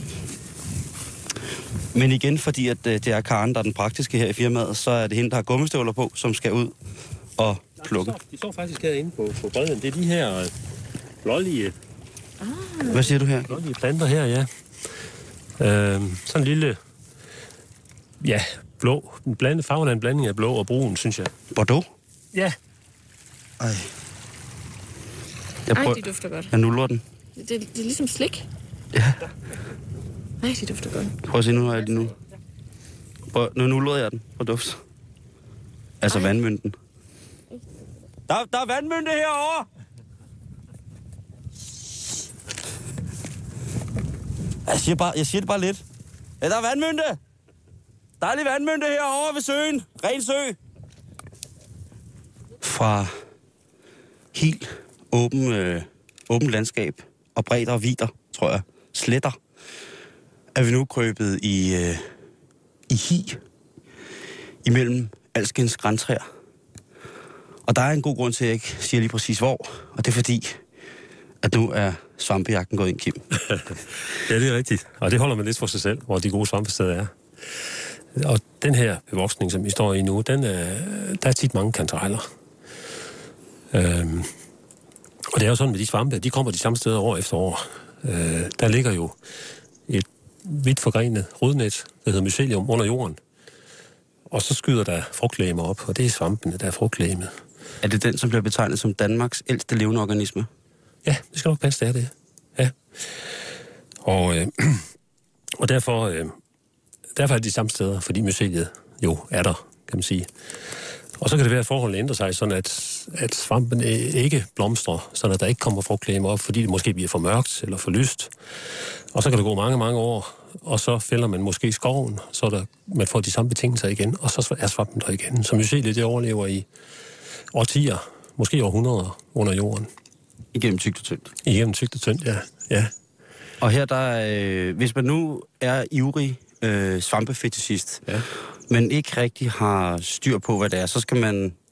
Men igen, fordi at det er Karen, der er den praktiske her i firmaet, så er det hende, der har gummistøvler på, som skal ud og plukke. De står faktisk herinde på bredden. Det er de her blålige... Hvad siger du her? Blålige planter her, ja. Sådan en lille... Ja, blå. Farven er en blanding af blå og brun, synes jeg. Bordeaux? Ja. Ej. De dufter godt. Jeg nuller den. Det er ligesom slik. Ja. Nej, de dufter godt. Prøv at se, nu har jeg det nu. Nu nullede jeg den på duft. Altså vandmynten. Der er vandmynte herovre! Jeg siger det bare lidt. Ja, der er vandmynte! Dejlig vandmynte herovre ved søen. Ren sø. Fra helt åben landskab og bredder og vidder, tror jeg, sletter, er vi nu krøbet i hi imellem alskens grantræer. Og der er en god grund til, at jeg ikke siger lige præcis hvor, og det er fordi, at nu er svampejagten gået ind, Kim. Ja, det er rigtigt. Og det holder man lidt for sig selv, hvor de gode svampesteder er. Og den her bevoksning, som vi står i nu, der er tit mange kantareller. Og det er jo sådan med de svampe, de kommer de samme steder år efter år. Der ligger jo et vidt forgrenet rodnet, der hedder mycelium, under jorden. Og så skyder der frugtlegemer op, og det er svampene, der er frugtlegemet. Er det den, som bliver betegnet som Danmarks ældste levende organisme? Ja, det skal nok passe, det er det. Ja. Og derfor er det de samme steder, fordi myceliet jo er der, kan man sige. Og så kan det være, at forholdene ændrer sig, sådan at svampen ikke blomstrer, sådan at der ikke kommer frugtlegemer op, fordi det måske bliver for mørkt eller for lyst. Og så kan det gå mange, mange år, og så fælder man måske skoven, så man får de samme betingelser igen, og så er svampen der igen. Så myceliet, det overlever i årtier, måske århundreder under jorden. Igennem tykt og tyndt. Igennem tykt og tyndt, ja. Og her, hvis man nu er ivrig svampefetishist, men ikke rigtig har styr på, hvad det er, så skal man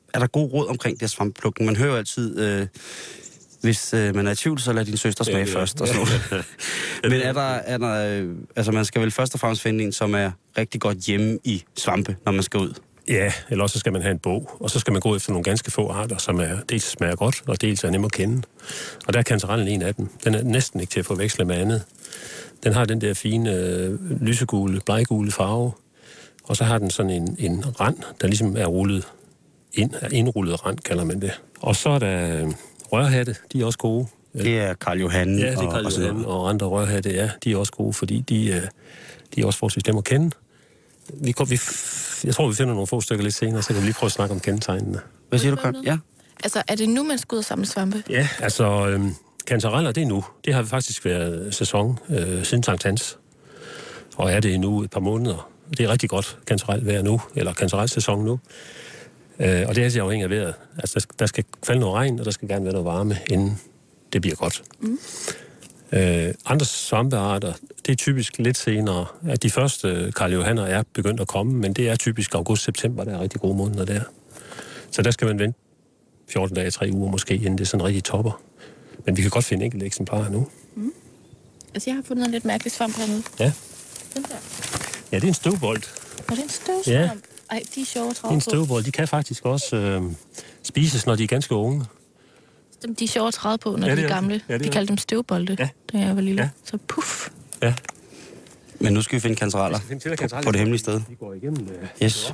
er der god råd omkring det her svampeplukning? Man hører jo altid, hvis man er i tvivl, så lad din søster smage først. Og sådan. Men er der, altså man skal vel først og fremmest finde en, som er rigtig godt hjemme i svampe, når man skal ud? Ja, eller også skal man have en bog, og så skal man gå efter nogle ganske få arter, som dels smager godt, og dels er nemme at kende. Og der er kantarellen en af dem. Den er næsten ikke til at forveksle med andet. Den har den der fine, lysegule, bleggule farve, og så har den sådan en rand, der ligesom er rullet ind, indrullet rand, kalder man det. Og så er der rørhatte, de er også gode. Det er Karl Johan. Ja, det er Karl Johan og andre rørhatte, ja, de er også gode, fordi de er også forholdsvis dem at kende. Jeg tror, vi finder nogle få stykker lidt senere, så kan vi lige prøve at snakke om kendetegnene. Hvad siger du, Karl? Ja. Altså, er det nu, man skal ud og samle svampe? Ja, altså, kantareller, det er nu. Det har faktisk været sæson siden Sankt Hans. Og er det nu et par måneder. Det er rigtig godt kantarelvejr nu, eller kantarelsæson nu. Og det er altså afhængigt af vejret. Altså, der skal falde noget regn, og der skal gerne være noget varme, inden det bliver godt. Andre svampearter, det er typisk lidt senere, at de første Karl Johanner er begyndt at komme, men det er typisk august-september, der er rigtig gode måneder der. Så der skal man vente 14 dage, 3 uger måske, inden det sådan rigtig topper. Men vi kan godt finde enkelte eksemplarer nu. Altså, jeg har fundet en lidt mærkelig svamp hernede. Ja. Den der. Ja, det er en støvbold. Og det er en støvsvamp. Ja. Ej, de er sjove at Det er en støvbold. De kan faktisk også spises, når de er ganske unge. De er sjove at træde på, når de er gamle. Ja, de kaldte dem støvbolde, da jeg var lille. Ja. Så puff. Ja. Men nu skal vi finde kantareller på det hemmelige sted. Vi går igennem yes.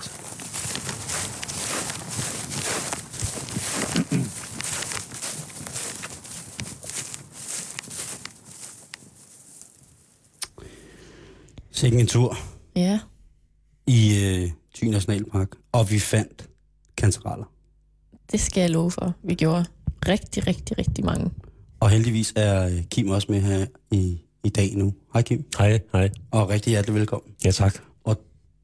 Sikke en tur. Ja. I Thy Nationalpark, og vi fandt kantareller. Det skal jeg love for. Vi gjorde rigtig, rigtig, rigtig mange. Og heldigvis er Kim også med her i dag nu. Hej Kim. Hej. Og rigtig hjertelig velkommen. Ja, tak. Og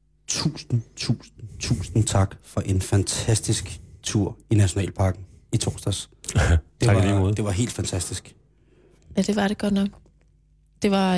tusind tak for en fantastisk tur i Nationalparken i torsdags. Det var helt fantastisk. Ja, det var det godt nok. Det var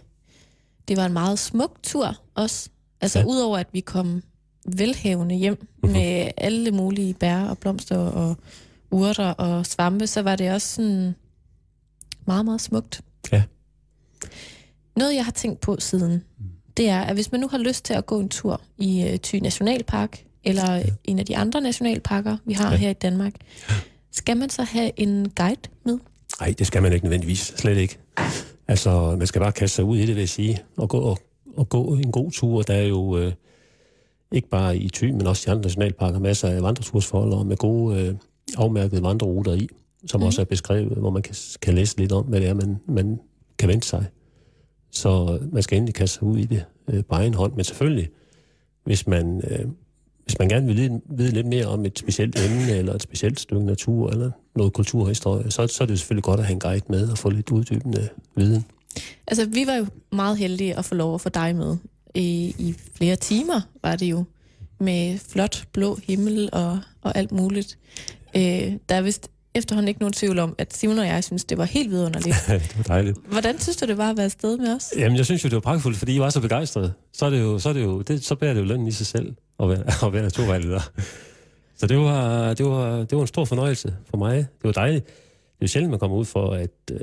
en meget smuk tur også. Altså udover at vi kom velhavende hjem med alle mulige bær og blomster og urter og svampe, så var det også sådan meget, meget smukt. Ja. Noget, jeg har tænkt på siden, det er, at hvis man nu har lyst til at gå en tur i Thy Nationalpark, eller en af de andre nationalparker, vi har her i Danmark, skal man så have en guide med? Nej, det skal man ikke nødvendigvis. Slet ikke. Altså, man skal bare kaste sig ud i det, vil jeg sige, og gå en god tur. Der er jo ikke bare i Thy, men også i andre nationalparker, masser af vandretursforhold med gode afmærkede vandreruter i, som også er beskrevet, hvor man kan læse lidt om, hvad det er, man kan vente sig. Så man skal endelig kaste sig ud i det på egen hånd, men selvfølgelig, hvis man gerne vil vide lidt mere om et specielt emne, eller et specielt stykke natur, eller noget kulturhistorie, så er det selvfølgelig godt at have en guide med og få lidt uddybende viden. Altså, vi var jo meget heldige at få lov at få dig med. I flere timer var det jo, med flot blå himmel og alt muligt. Der er vist efterhånden ikke nogen tvivl om, at Simon og jeg synes, det var helt vidunderligt. Det var dejligt. Hvordan synes du, det var at være afsted med os? Jamen, jeg synes jo, det var pragtfuldt, fordi I var så begejstrede. Så bærer det jo lønnen i sig selv at være naturvejleder. Så det var en stor fornøjelse for mig. Det var dejligt. Det er jo sjældent, man kommer ud for,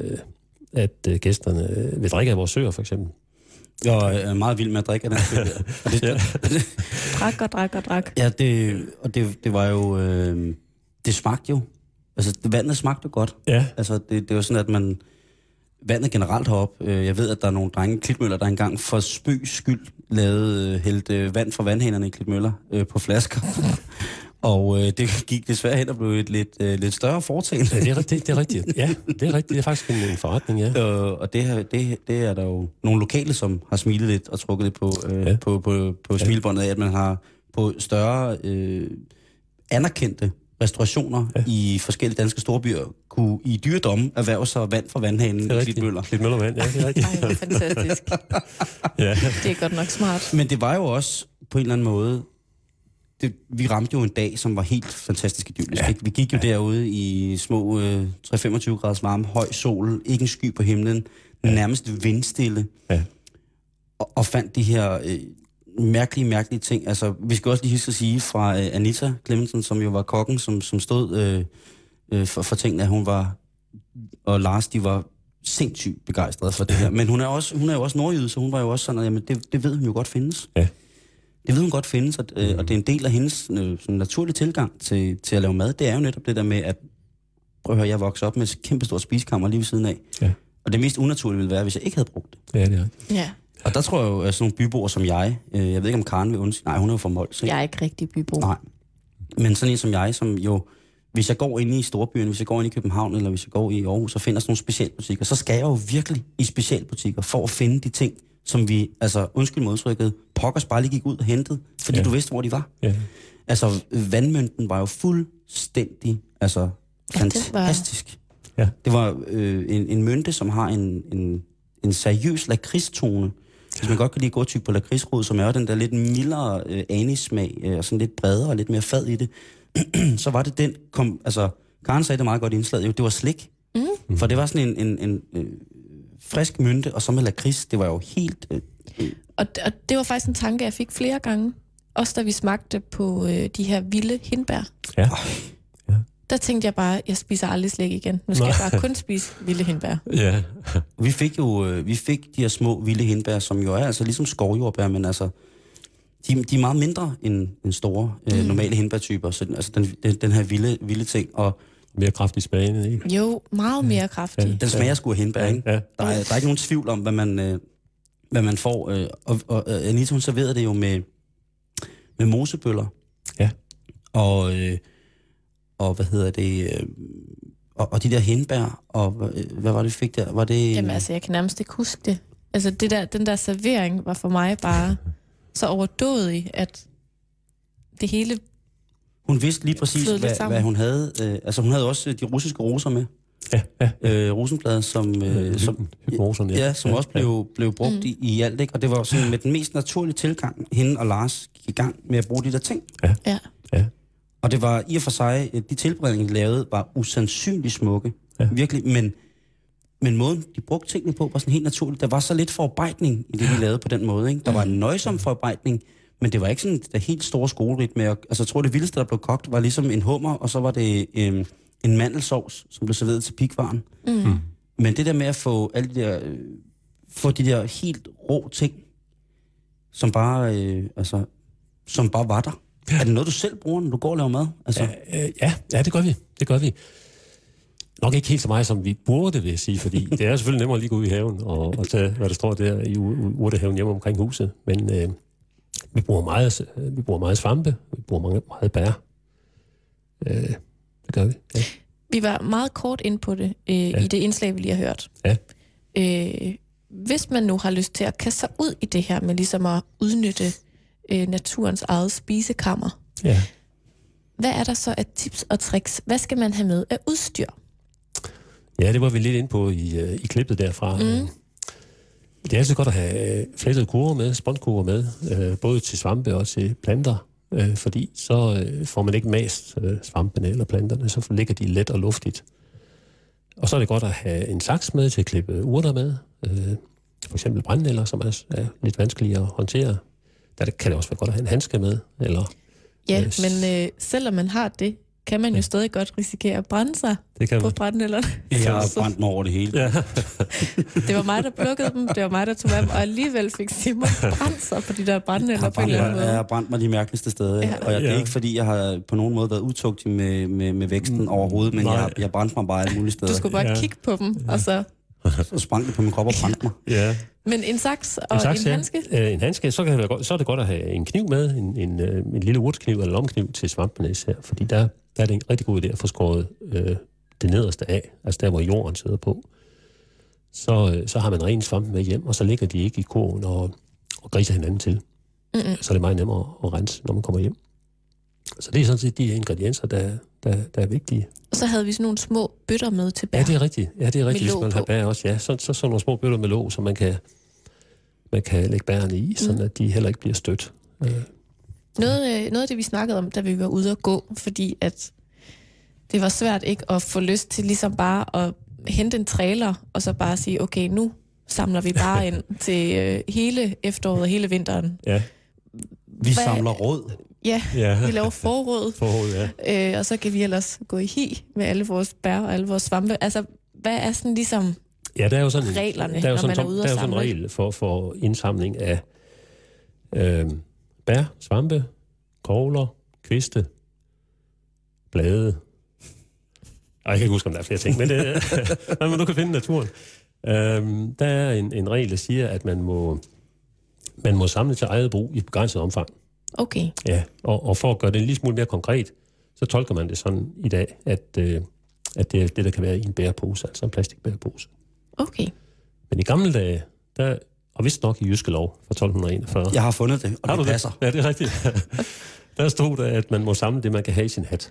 at gæsterne vil drikke af vores søer, for eksempel. Jeg er meget vild med at drikke af den søer. Drak. Ja, det var jo... det smagte jo. Altså, vandet smagte godt. Ja. Altså, det var sådan, at vandet generelt heroppe. Jeg ved, at der er nogle drenge i Klitmøller, der engang for spøgs skyld hældte vand fra vandhænerne i Klitmøller på flasker. Og det gik desværre hen og blev et lidt større foretagende. Ja, det er rigtigt. Ja, det er rigtigt. Det er faktisk en forretning, ja. Og det er der jo nogle lokale, som har smilet lidt og trukket lidt på smilebåndet af, at man har på større anerkendte restaurationer i forskellige danske storbyer kunne i dyredomme erhverve sig vand fra vandhanen i Klitmøller. Klitmøllervand, ja, det er rigtigt. Ej, det er fantastisk. Ja. Det er godt nok smart. Men det var jo også på en eller anden måde, vi ramte jo en dag, som var helt fantastisk idyllisk. Ja. Vi gik jo derude i små 3-25 graders varme, høj sol, ikke en sky på himlen, nærmest vindstille, og fandt de her mærkelige ting. Altså, vi skal også lige huske at sige fra Anita Clemmensen, som jo var kokken, som stod for tingene, at hun var, og Lars, de var sindssygt begejstrede for det her. Men hun er jo også nordjyde, så hun var jo også sådan, at jamen, det ved hun jo godt findes. Ja. Det ved hun godt findes, og det er en del af hendes sådan naturlige tilgang til at lave mad. Det er jo netop det der med, at prøv at høre, jeg voksede op med et kæmpestort spisekammer lige ved siden af. Ja. Og det mest unaturlige ville være, hvis jeg ikke havde brugt det. Ja, det er rigtigt. Ja. Og der tror jeg jo, at sådan nogle byboer som jeg ved ikke om Karen vil undsige, nej, hun er jo fra Mols. Jeg er ikke rigtig bybo. Nej, men sådan en som jeg, som jo, hvis jeg går ind i storbyen, hvis jeg går ind i København, eller hvis jeg går i Aarhus og finder sådan nogle specialbutikker, så skal jeg jo virkelig i specialbutikker for at finde de ting, som vi, altså undskyld modtrykket, pokkers bare lige gik ud og hentede, fordi du vidste, hvor de var. Ja. Altså, vandmønten var jo fuldstændig, altså fantastisk. Ja. Det var en mønte, som har en seriøs lakridstone. Hvis man godt kan lide gå tyk på lakridsrod, som er den der lidt mildere anis-smag, og sådan lidt bredere og lidt mere fad i det, så var det den, Karen sagde det meget godt i indslaget, jo, det var slik. For det var sådan en frisk mynte, og så med lakrids, det var jo helt... Og det var faktisk en tanke, jeg fik flere gange, også da vi smagte på de her vilde hindbær. Ja. Der tænkte jeg bare, jeg spiser aldrig slik igen. Nu skal jeg bare kun spise vilde hindbær. Ja. Vi fik de her små vilde hindbær, som jo er altså ligesom skovjordbær, men altså, de er meget mindre end store normale hindbærtyper. Så altså den her vilde ting, og mere kraftig smagen, ikke? Jo, meget mere kraftig. Ja. Den smager sgu af hindbær, ikke? Ja. Der er ikke nogen tvivl om, hvad man får. Og Anita, hun serverede det jo med mosebøller. Ja. Og hvad hedder det... Og de der hindbær, og hvad var det, vi fik der? Var det... Jamen altså, jeg kan nærmest ikke huske det. Altså, den der servering var for mig bare så overdådig, at det hele... Hun vidste lige præcis, hvad hun havde. Altså, hun havde også de russiske roser med. Ja. Rosenblad, som også blev brugt i alt, ikke? Og det var sådan med den mest naturlige tilgang, hende og Lars gik i gang med at bruge de der ting. Ja. Og det var i og for sig, de tilberedninger, de lavede, var usandsynligt smukke. Ja. Virkelig, men måden, de brugte tingene på, var sådan helt naturligt. Der var så lidt forarbejdning i det, de lavede på den måde, ikke? Der var en nøjsom forarbejdning, men det var ikke sådan der helt store skolerit med. Altså, jeg tror, det vildeste, der blev kogt, var ligesom en hummer, og så var det en mandelsovs, som blev serveret til pikvaren. Men det der med at få alle de der, få de der helt rå ting, som bare, som bare var der. Ja. Er det noget, du selv bruger, når du går og laver mad? Altså? Ja, det gør vi. Det gør vi. Nok ikke helt så meget, som vi burde, vil jeg sige, fordi det er selvfølgelig nemmere at lige gå ud i haven og tage, hvad der står der i urtehaven hjemme omkring huset. Men vi bruger meget svampe, vi bruger meget bær. Det gør vi. Ja. Vi var meget kort ind på det i det indslag, vi lige har hørt. Ja. Hvis man nu har lyst til at kaste sig ud i det her med ligesom at udnytte naturens eget spisekammer. Ja. Hvad er der så af tips og tricks? Hvad skal man have med af udstyr? Ja, det var vi lidt inde på i klippet derfra. Det er altid godt at have flettede kurver med, sponskurver med, både til svampe og til planter, fordi så får man ikke mast svampene eller planterne, så ligger de let og luftigt. Og så er det godt at have en saks med til at klippe urter med, for eksempel brændenælder, som er lidt vanskelige at håndtere. Der kan det også være godt at have en handske med. Eller, men selvom man har det, kan man jo stadig godt risikere at brænde sig på brændenælderne. Jeg har brændt mig over det hele. Ja. Det var mig, der plukkede dem, det var mig, der tog med dem, og alligevel fik Simon brændt sig på de der brændenælder på en eller anden måde. Jeg har brændt mig de mærkeligste steder, og det er ikke fordi, jeg har på nogen måde været utugtig med væksten overhovedet, men jeg brændte mig bare alle mulige steder. Du skulle bare kigge på dem, og så sprang det på min krop og brændte mig. Ja. Men en saks og en handske? En handske, så er det godt at have en kniv med, en lille urtekniv eller lomkniv til svampene især, fordi der er det en rigtig god idé at få skåret det nederste af, altså der, hvor jorden sidder på. Så har man ren svamp med hjem, og så ligger de ikke i kurven og griser hinanden til. Så er det meget nemmere at rense, når man kommer hjem. Så det er sådan set de ingredienser, der er vigtige. Og så havde vi sådan nogle små bøtter med til bær. Ja, det er rigtigt. Hvis man har bær også. Ja, så nogle små bøtter med låg, så man kan lægge bærene i, sådan at de heller ikke bliver stødt. Noget af det, vi snakkede om, da vi var ude at gå, fordi at det var svært ikke at få lyst til ligesom bare at hente en trailer, og så bare sige, okay, nu samler vi bare ind til hele efteråret og hele vinteren. Ja. Vi samler råd. Ja, vi laver forråd. Forråd, ja. Og så kan vi ellers gå i hi med alle vores bær og alle vores svampe. Altså, hvad er sådan ligesom Ja, der er jo sådan reglerne, der er jo når sådan, man er ude at der er jo sådan en regel for indsamling af bær, svampe, kogler, kviste, blade. Jeg kan ikke huske, om der er flere ting, men det er, man nu kan finde naturen. Der er en regel, der siger, at man må samle til eget brug i begrænset omfang. Okay. Ja, og for at gøre det en lille smule mere konkret, så tolker man det sådan i dag, at det er det, der kan være i en bærepose, altså en plastikbærepose. Okay. Men i gamle dage, og vist nok i Jyske Lov fra 1241. Jeg har fundet det, og det passer. Ja, det er rigtigt. Der stod der, at man må samle det, man kan have i sin hat.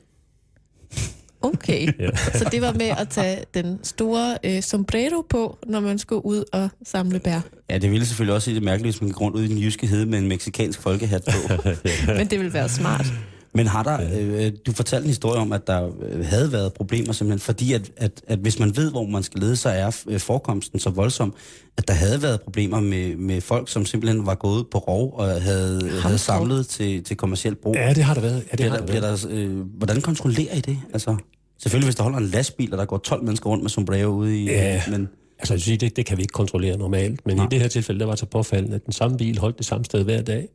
Okay. Ja. Så det var med at tage den store sombrero på, når man skulle ud og samle bær. Ja, det ville selvfølgelig også se det mærkeligt, hvis man gik rundt ud i den jyske hede med en mexikansk folkehat på. Men det ville være smart. Men har der, du fortalte en historie om, at der havde været problemer simpelthen, fordi at hvis man ved, hvor man skal lede, så er forekomsten så voldsom, at der havde været problemer med folk, som simpelthen var gået på rov og havde samlet til kommercielt brug. Ja, det har der været. Ja, hvordan kontrollerer I det? Altså, selvfølgelig, hvis der holder en lastbil, og der går 12 mennesker rundt med sombrero ude i... Ja, men altså det kan vi ikke kontrollere normalt, men i det her tilfælde, der var så påfaldende, at den samme bil holdt det samme sted hver dag,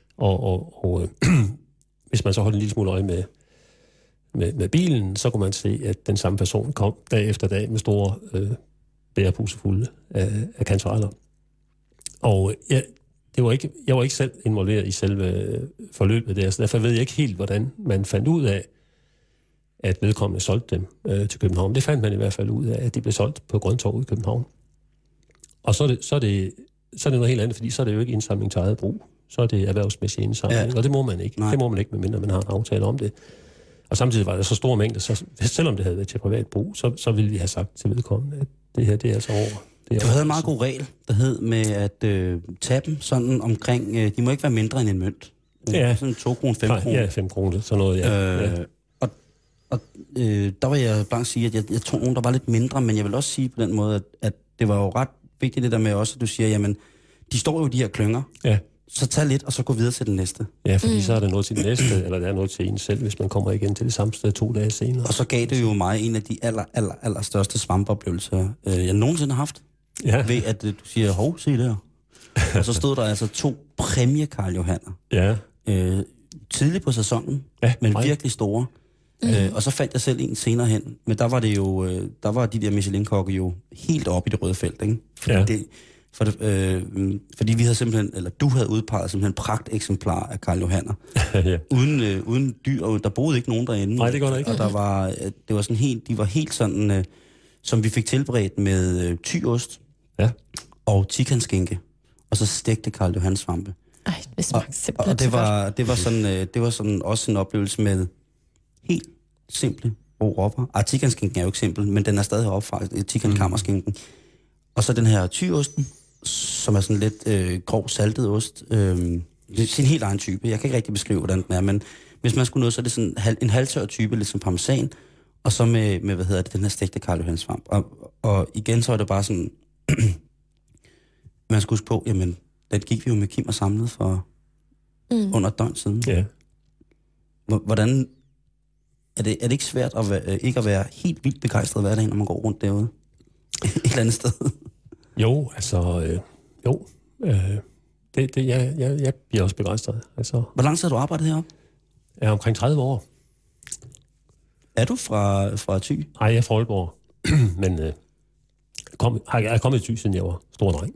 og hvis man så holdt en lille smule øje med bilen, så kunne man se, at den samme person kom dag efter dag med store bæreposer fulde af kantareller. Og jeg var ikke selv involveret i selve forløbet der, så derfor ved jeg ikke helt, hvordan man fandt ud af, at vedkommende solgte dem til København. Det fandt man i hvert fald ud af, at de blev solgt på Grøntorv i København. Og så er det noget helt andet, fordi så er det jo ikke indsamling til eget brug. Så er det erhvervsmæssig indsamling, og det må man ikke. Nej. Det må man ikke, medmindre man har en aftale om det. Og samtidig var der så store mængder, så selvom det havde været til privat brug, så ville vi have sagt til vedkommende, at det her, det er altså over. Du havde en meget god regel, der hed med at tage dem sådan omkring, de må ikke være mindre end en mønt. Ja. Sådan 2 kroner, 5 kroner. Ja, 5 kroner, sådan noget, ja. Og der vil jeg bare sige, at jeg tror nogen, der var lidt mindre, men jeg vil også sige på den måde, at det var jo ret vigtigt det der med også, at du siger, jamen, de står jo i de her klynger. Ja. Så tag lidt, og så gå videre til den næste. Ja, fordi så er der noget til den næste, eller der er noget til en selv, hvis man kommer igen til det samme sted 2 dage senere. Og så gav det jo mig en af de aller største svampoplevelser, jeg nogensinde har haft. Ja. Ved at du siger, hov, se der. Og så stod der altså 2 præmie Karl Johanner. Ja. Tidligt på sæsonen, men virkelig store. Og så fandt jeg selv en senere hen. Men der var det jo, der var de der Michelin-kokke jo helt oppe i det røde felt, ikke? Fordi vi havde simpelthen, eller du havde udpeget simpelthen pragteksemplar af Karl Johanner. Ja. Uden dyr, og der boede ikke nogen derinde. Nej, det går der ikke. Og det var sådan helt, de var helt sådan, som vi fik tilberedt med tyost og tikanskinke, og så stegte Karl Johannes svampe. Ej, det smagte simpelthen det var sådan også en oplevelse med helt simple råopper. Tikanskinken er jo ikke simpel, men den er stadig oppe fra tikankammerskinken. Og så den her tyosten, som er sådan lidt grov saltet ost. Det er en helt egen type. Jeg kan ikke rigtig beskrive, hvordan den er, men hvis man skulle noget, så er det sådan en halvtør type, lidt som parmesan, og så med den her stegte Karl Johannes svamp. Og igen, så er det bare sådan, man skulle huske på, jamen, den gik vi jo med Kim og samlet for under et døgn siden. Ja. Hvordan er det ikke svært ikke at være helt vildt begejstret hver dag, når man går rundt derude? Et eller andet sted. Jo, altså... Jeg bliver også begejstret. Altså, hvor lang tid har du arbejdet heroppe? Jeg er omkring 30 år. Er du fra Thy? Nej, jeg er fra Aalborg. Men jeg er kommet i Thy, siden jeg var stor dreng.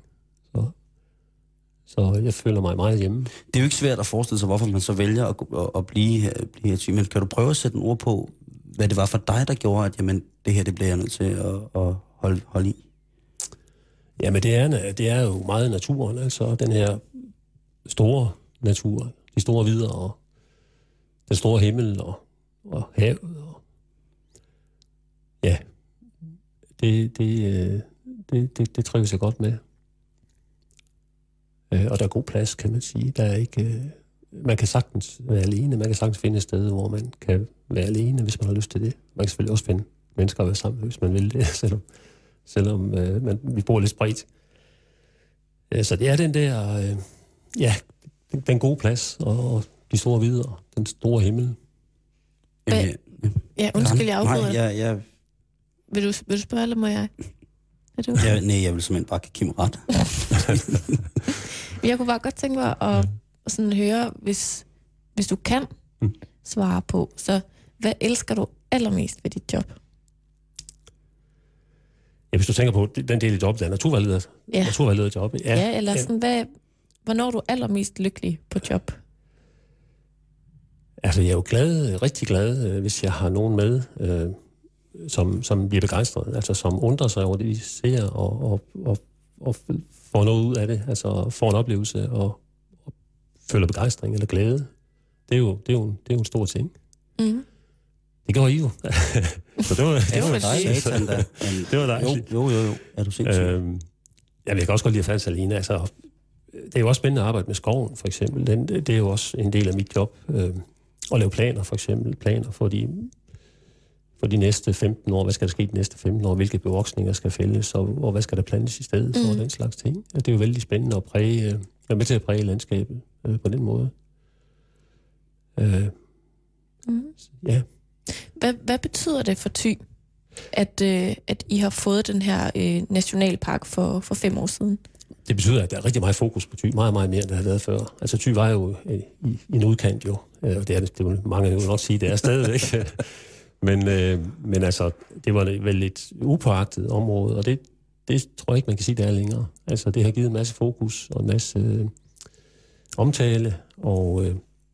Så jeg føler mig meget hjemme. Det er jo ikke svært at forestille sig, hvorfor man så vælger at blive her i Thy. Men kan du prøve at sætte en ord på, hvad det var for dig, der gjorde, at jamen, det her det bliver jeg nødt til at holde i? Jamen, det er jo meget naturen, altså den her store natur, de store vidder og den store himmel og havet. Og ja, det trives jeg godt med. Og der er god plads, kan man sige. Der er ikke... Man kan sagtens være alene. Man kan sagtens finde et sted, hvor man kan være alene, hvis man har lyst til det. Man kan selvfølgelig også finde mennesker at være sammen med, hvis man vil det, selvom vi bor lidt spredt. Så det er den der... den gode plads, og de store vidder, den store himmel. Ja, undskyld, jeg afbryder. Nej, Vil du spørge, eller må jeg? Nej, jeg vil simpelthen bare give Kim ret. Jeg kunne bare godt tænke mig at sådan høre, hvis du kan svare på, så hvad elsker du allermest ved dit job? Ja, hvis du tænker på den del af jobbet, der er naturvejleder job. Ja, eller sådan, hvornår er du allermest lykkelig på job? Altså, jeg er jo rigtig glad, hvis jeg har nogen med, som bliver begejstret, altså som undrer sig over det, de ser, og får noget ud af det, altså får en oplevelse, og føler begejstring eller glæde. Det er jo en stor ting. Mm. Det gjorde I jo. Så det var dejligt. Det var dejligt. Jo. Er du sindssygt? Jeg kan også godt lide at færdes alene. Altså, det er jo også spændende at arbejde med skoven, for eksempel. Det er jo også en del af mit job. At lave planer, for eksempel. Planer for de næste 15 år. Hvad skal der ske de næste 15 år? Hvilke bevoksninger skal fældes? Og hvad skal der plantes i stedet for? Den slags ting. Det er jo vældig spændende at være med til at præge landskabet på den måde. Ja. Hvad betyder det for Thy, at I har fået den her nationalpark for 5 år siden? Det betyder, at der er rigtig meget fokus på Thy, meget, meget mere, end der har været før. Altså Thy var jo i en udkant jo, og det vil mange jo nok sige, det er stadigvæk. men altså, det var vel et upåagtet område, og det tror jeg ikke, man kan sige, det er længere. Altså, det har givet en masse fokus og en masse omtale, og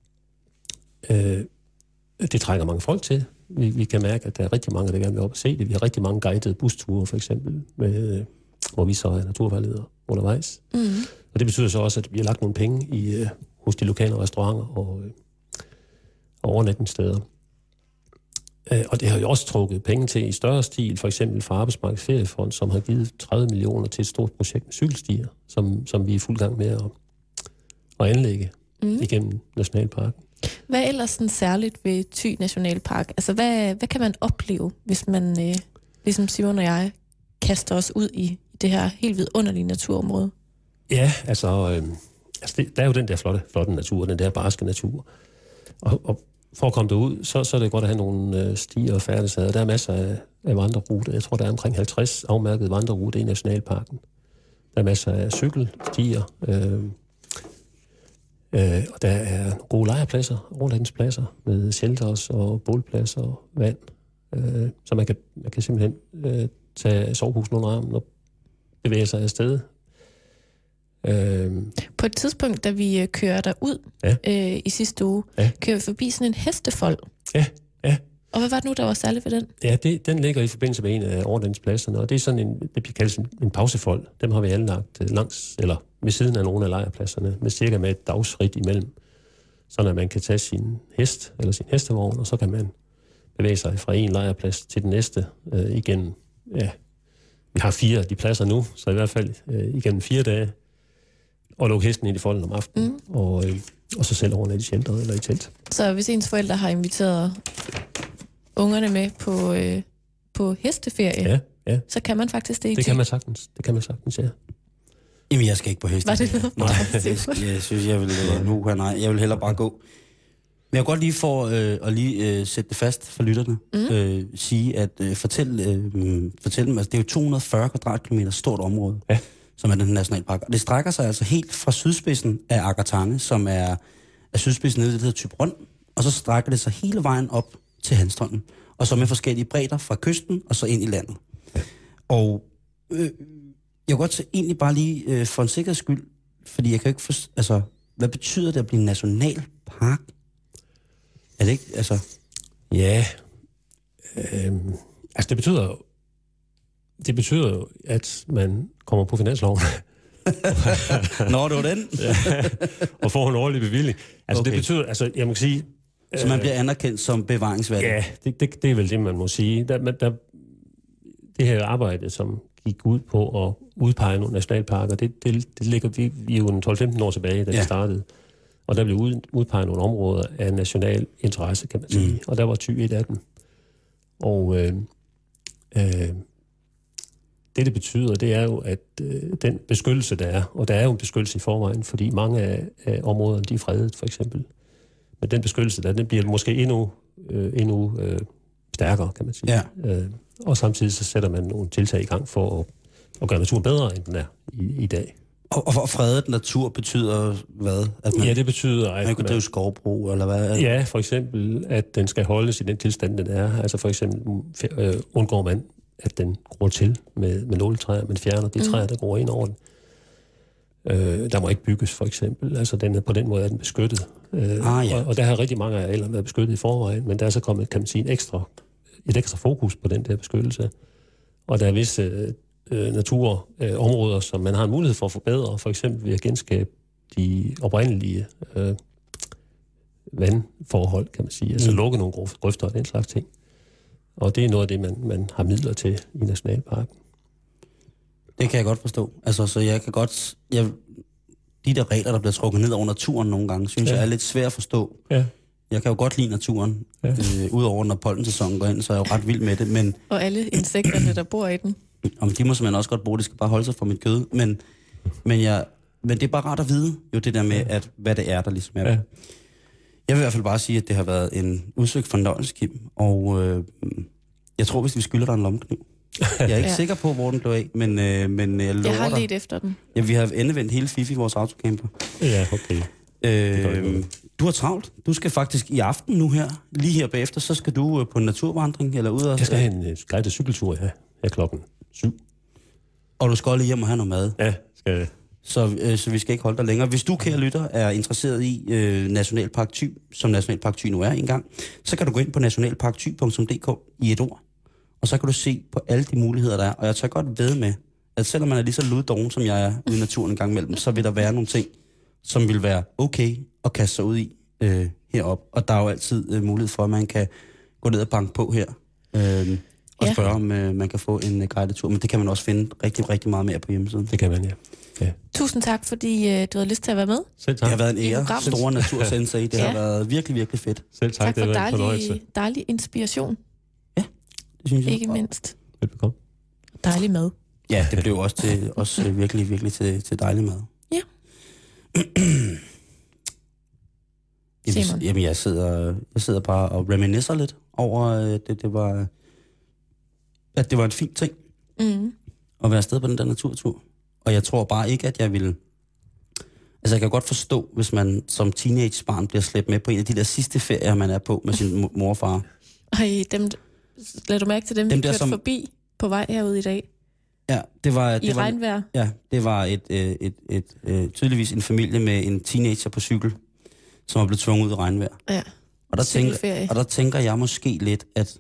det trækker mange folk til. Vi kan mærke, at der er rigtig mange, der gerne vil op og se det. Vi har rigtig mange guidede busture, for eksempel, hvor vi så er naturvejledere undervejs. Mm. Og det betyder så også, at vi har lagt nogle penge hos de lokale restauranter og overnatningssteder. Og det har jo også trukket penge til i større stil, for eksempel fra Arbejdsmarkedets Feriefond, som har givet 30 millioner til et stort projekt med cykelstier, som vi er i fuld gang med at anlægge igennem Nationalparken. Hvad er ellers sådan særligt ved Thy Nationalpark? Altså, hvad kan man opleve, hvis man, ligesom Simon og jeg, kaster os ud i det her helt vidunderlige naturområde? Ja, altså der er jo den der flotte natur, den der barske natur. Og for at komme derud, så er det godt at have nogle stier og færdigheder. Der er masser af vandreruter. Jeg tror, der er omkring 50 afmærkede vandreruter i Nationalparken. Der er masser af cykelstier, og der er gode lejrpladser, overnatningspladser med shelters og bålpladser og vand. Så man kan simpelthen tage soveposen under armen og bevæge sig afsted. På et tidspunkt, da vi kører derud i sidste uge, kører vi forbi sådan en hestefold. Ja. Og hvad var det nu, der var særligt ved den? Ja, den ligger i forbindelse med en af overnatningspladserne, og det er sådan det bliver kaldt en pausefold. Dem har vi anlagt langs, eller ved siden af nogle af lejrpladserne, med cirka med et dagsridt imellem. Sådan at man kan tage sin hest, eller sin hestevogn, og så kan man bevæge sig fra en lejrplads til den næste igennem. Ja, vi har 4 af de pladser nu, så i hvert fald igennem 4 dage, og lukke hesten ind i folden om aftenen, og så selv overnat i shelteret eller i telt. Så hvis ens forældre har inviteret ungerne med på hesteferie, så kan man faktisk det i Thy? Det kan man sagtens, ja. Jamen, jeg skal ikke på hesteferie. Var det noget? Nej, jeg synes, jeg vil jeg vil hellere bare gå. Men jeg kan godt lige for at lige sætte det fast for lytterne, sige, at fortælle dem, altså det er jo 240 kvadratkilometer stort område, som er den nationalpark. Og det strækker sig altså helt fra sydspidsen af Agatange, som er sydspidsen nede, det hedder Thyborøn, og så strækker det sig hele vejen op til Hanstholm, og så med forskellige bredder fra kysten og så ind i landet. Og jeg kan godt egentlig bare lige for en sikkerheds skyld, fordi jeg kan ikke altså, hvad betyder det at blive en nationalpark? Er det ikke, altså? Ja, altså det betyder jo, at man kommer på finansloven. Nå, det var den. Og får en årlig bevilling. Altså okay. Det betyder, altså jeg må sige... Så man bliver anerkendt som bevaringsværdig? Ja, det er vel det, man må sige. Det her arbejde, som gik ud på at udpege nogle nationalparker, det ligger vi jo 12-15 år tilbage, da vi startede. Og der blev udpeget nogle områder af national interesse, kan man sige. Og der var Thy et af dem. Og det betyder, det er jo, at den beskyttelse, der er, og der er jo en beskyttelse i forvejen, fordi mange af områderne, de er fredet, for eksempel. Men den beskyttelse, den bliver måske endnu stærkere, kan man sige. Ja. Og samtidig så sætter man nogle tiltag i gang for at gøre naturen bedre, end den er i dag. Og fredet natur betyder hvad? At man, det betyder, at man kan drive skovbrug, eller hvad? Ja, for eksempel, at den skal holdes i den tilstand, den er. Altså for eksempel undgår man, at den gror til med nåletræer, men fjerner de træer, der går ind over den. Der må ikke bygges, for eksempel. Altså på den måde er den beskyttet. Og der har rigtig mange arealer været beskyttet i forvejen, men der er så kommet, kan man sige, et ekstra fokus på den der beskyttelse. Og der er visse naturområder, som man har en mulighed for at forbedre, for eksempel ved at genskabe de oprindelige vandforhold, kan man sige. Altså lukke nogle grøfter og den slags ting. Og det er noget af det, man har midler til i Nationalparken. Det kan jeg godt forstå. Altså, så jeg kan godt... de der regler, der bliver trukket ned over naturen nogle gange, synes jeg er lidt svært at forstå. Ja. Jeg kan jo godt lide naturen. Ja. Udover når pollensæsonen går ind, så er jeg jo ret vild med det. Men, og alle insekterne, der bor i den. Og de må simpelthen også godt bruge, de skal bare holde sig fra mit kød. Men det er bare rart at vide, jo det der med, at hvad det er, der ligesom er. Ja. Jeg vil i hvert fald bare sige, at det har været en udsøgt fornøjelse, Kim. Og jeg tror, hvis vi skylder dig en lommekniv. Jeg er ikke sikker på, hvor den blev af, men jeg lover dig. Jeg har let efter den. Ja, vi har endevendt hele Fifi, vores autocamper. Ja, okay. Du har travlt. Du skal faktisk i aften nu her, lige her bagefter, så skal du på en naturvandring, eller ud og... Jeg skal have en guided cykeltur her klokken 7. Og du skal også lige hjem og have noget mad. Ja, skal jeg. Så vi skal ikke holde dig længere. Hvis du, kære lytter, er interesseret i Nationalpark Thy, som Nationalpark Thy nu er engang, så kan du gå ind på nationalparkthy.dk i et ord, og så kan du se på alle de muligheder, der er. Og jeg tør godt ved med, at selvom man er lige så luddoven, som jeg er ude i naturen en gang imellem, så vil der være nogle ting, som vil være okay at kaste sig ud i herop. Og der er jo altid mulighed for, at man kan gå ned og banke på her og spørge, om man kan få en guided tur. Men det kan man også finde rigtig, rigtig meget mere på hjemmesiden. Det kan man, ja. Tusind tak, fordi du havde lyst til at være med. Selv tak. Det har været en ære. Store natursensei. Det har været virkelig, virkelig fedt. Selv tak. Tak for dejlig inspiration. Ja, det synes jeg. Ikke mindst. Velbekomme. Dejlig mad. Ja, det blev også virkelig, virkelig til dejlig mad. Ja. Jamen, jeg sidder bare og reminiscer lidt over, at det var en fin ting at være afsted på den der naturtur. Og jeg tror bare ikke, at jeg ville... Altså, jeg kan godt forstå, hvis man som teenagebarn bliver slæbt med på en af de der sidste ferier, man er på med sin mor og far. Ej, lad du mærke til dem, vi kørte forbi på vej herude i dag? Ja, det var regnvejr? Ja, det var tydeligvis en familie med en teenager på cykel, som er blevet tvunget ud i regnvejr. Ja, og der tænker jeg måske lidt, at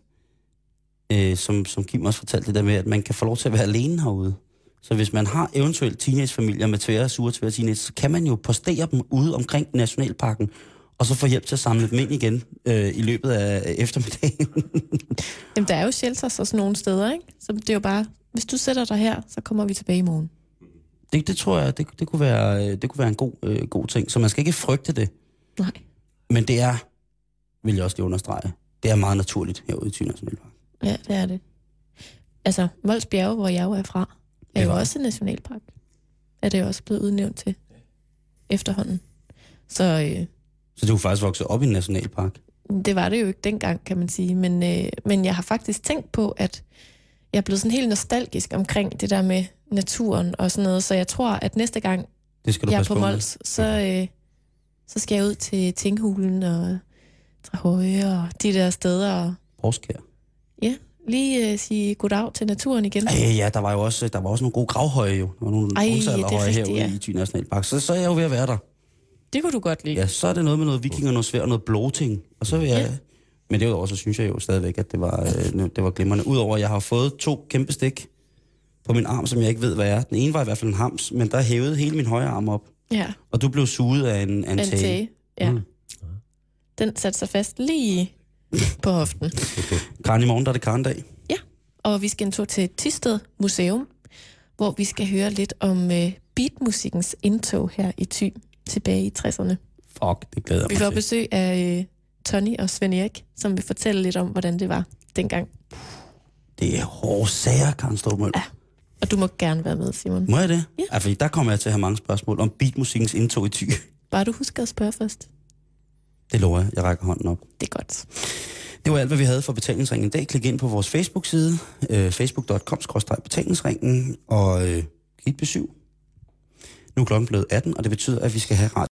som Kim også fortalte det der med, at man kan få lov til at være alene herude. Så hvis man har eventuelt teenagefamilier med tvære teenage, så kan man jo postere dem ude omkring Nationalparken, og så få hjælp til at samle dem ind igen i løbet af eftermiddagen. Jamen, der er jo shelters og sådan nogle steder, ikke? Så det er jo bare, hvis du sætter dig her, så kommer vi tilbage i morgen. Det tror jeg, det kunne være en god ting. Så man skal ikke frygte det. Nej. Men det er, vil jeg også lige understrege, det er meget naturligt herude i Thy Nationalpark. Ja, det er det. Altså, Mols Bjerge, hvor jeg jo er fra, er jo også en nationalpark. Er det jo også blevet udnævnt til efterhånden. Så du er faktisk vokset op i en nationalpark? Det var det jo ikke dengang, kan man sige. Men jeg har faktisk tænkt på, at jeg er blevet sådan helt nostalgisk omkring det der med naturen og sådan noget. Så jeg tror, at næste gang jeg er på Mols, så skal jeg ud til Tinghulen og Trehøje og de der steder. Porskær. Ja, lige sige goddag til naturen igen. Ja, der var også nogle gode gravhøje jo. Der var nogle bronzealderhøje herude i Thy Nationalpark. Så er jeg jo ved at være der. Det kunne du godt lide. Ja, så er det noget med noget vikinger, noget svært, noget bloting. Og så vil jeg... Ja. Men derudover, så synes jeg jo stadigvæk, at det var glimrende. Udover, at jeg har fået 2 kæmpe stik på min arm, som jeg ikke ved, hvad er. Den ene var i hvert fald en hams, men der hævede hele min højre arm op. Ja. Og du blev suget af en tage. Ja. Den satte sig fast lige på hoften. Karen, i morgen, der er det Karendag. Ja, og vi skal en tur til Thisted Museum, hvor vi skal høre lidt om beatmusikkens indtog her i Thy tilbage i 60'erne. Fuck, det glæder mig til. Vi får besøg af Tony og Svend Erik, som vil fortælle lidt om, hvordan det var dengang. Det er hårde sager, Karen Stormøl. Ja, Og du må gerne være med, Simon. Må jeg det? Ja. Ja, fordi der kommer jeg til at have mange spørgsmål om beatmusikkens indtog i Thy. Bare du husker at spørge først. Det lover jeg. Jeg rækker hånden op. Det er godt. Det var alt, hvad vi havde for Betalingsringen i dag. Klik ind på vores Facebook-side, facebook.com/betalingsringen, og giv et besøg. Nu er klokken blevet 18, og det betyder, at vi skal have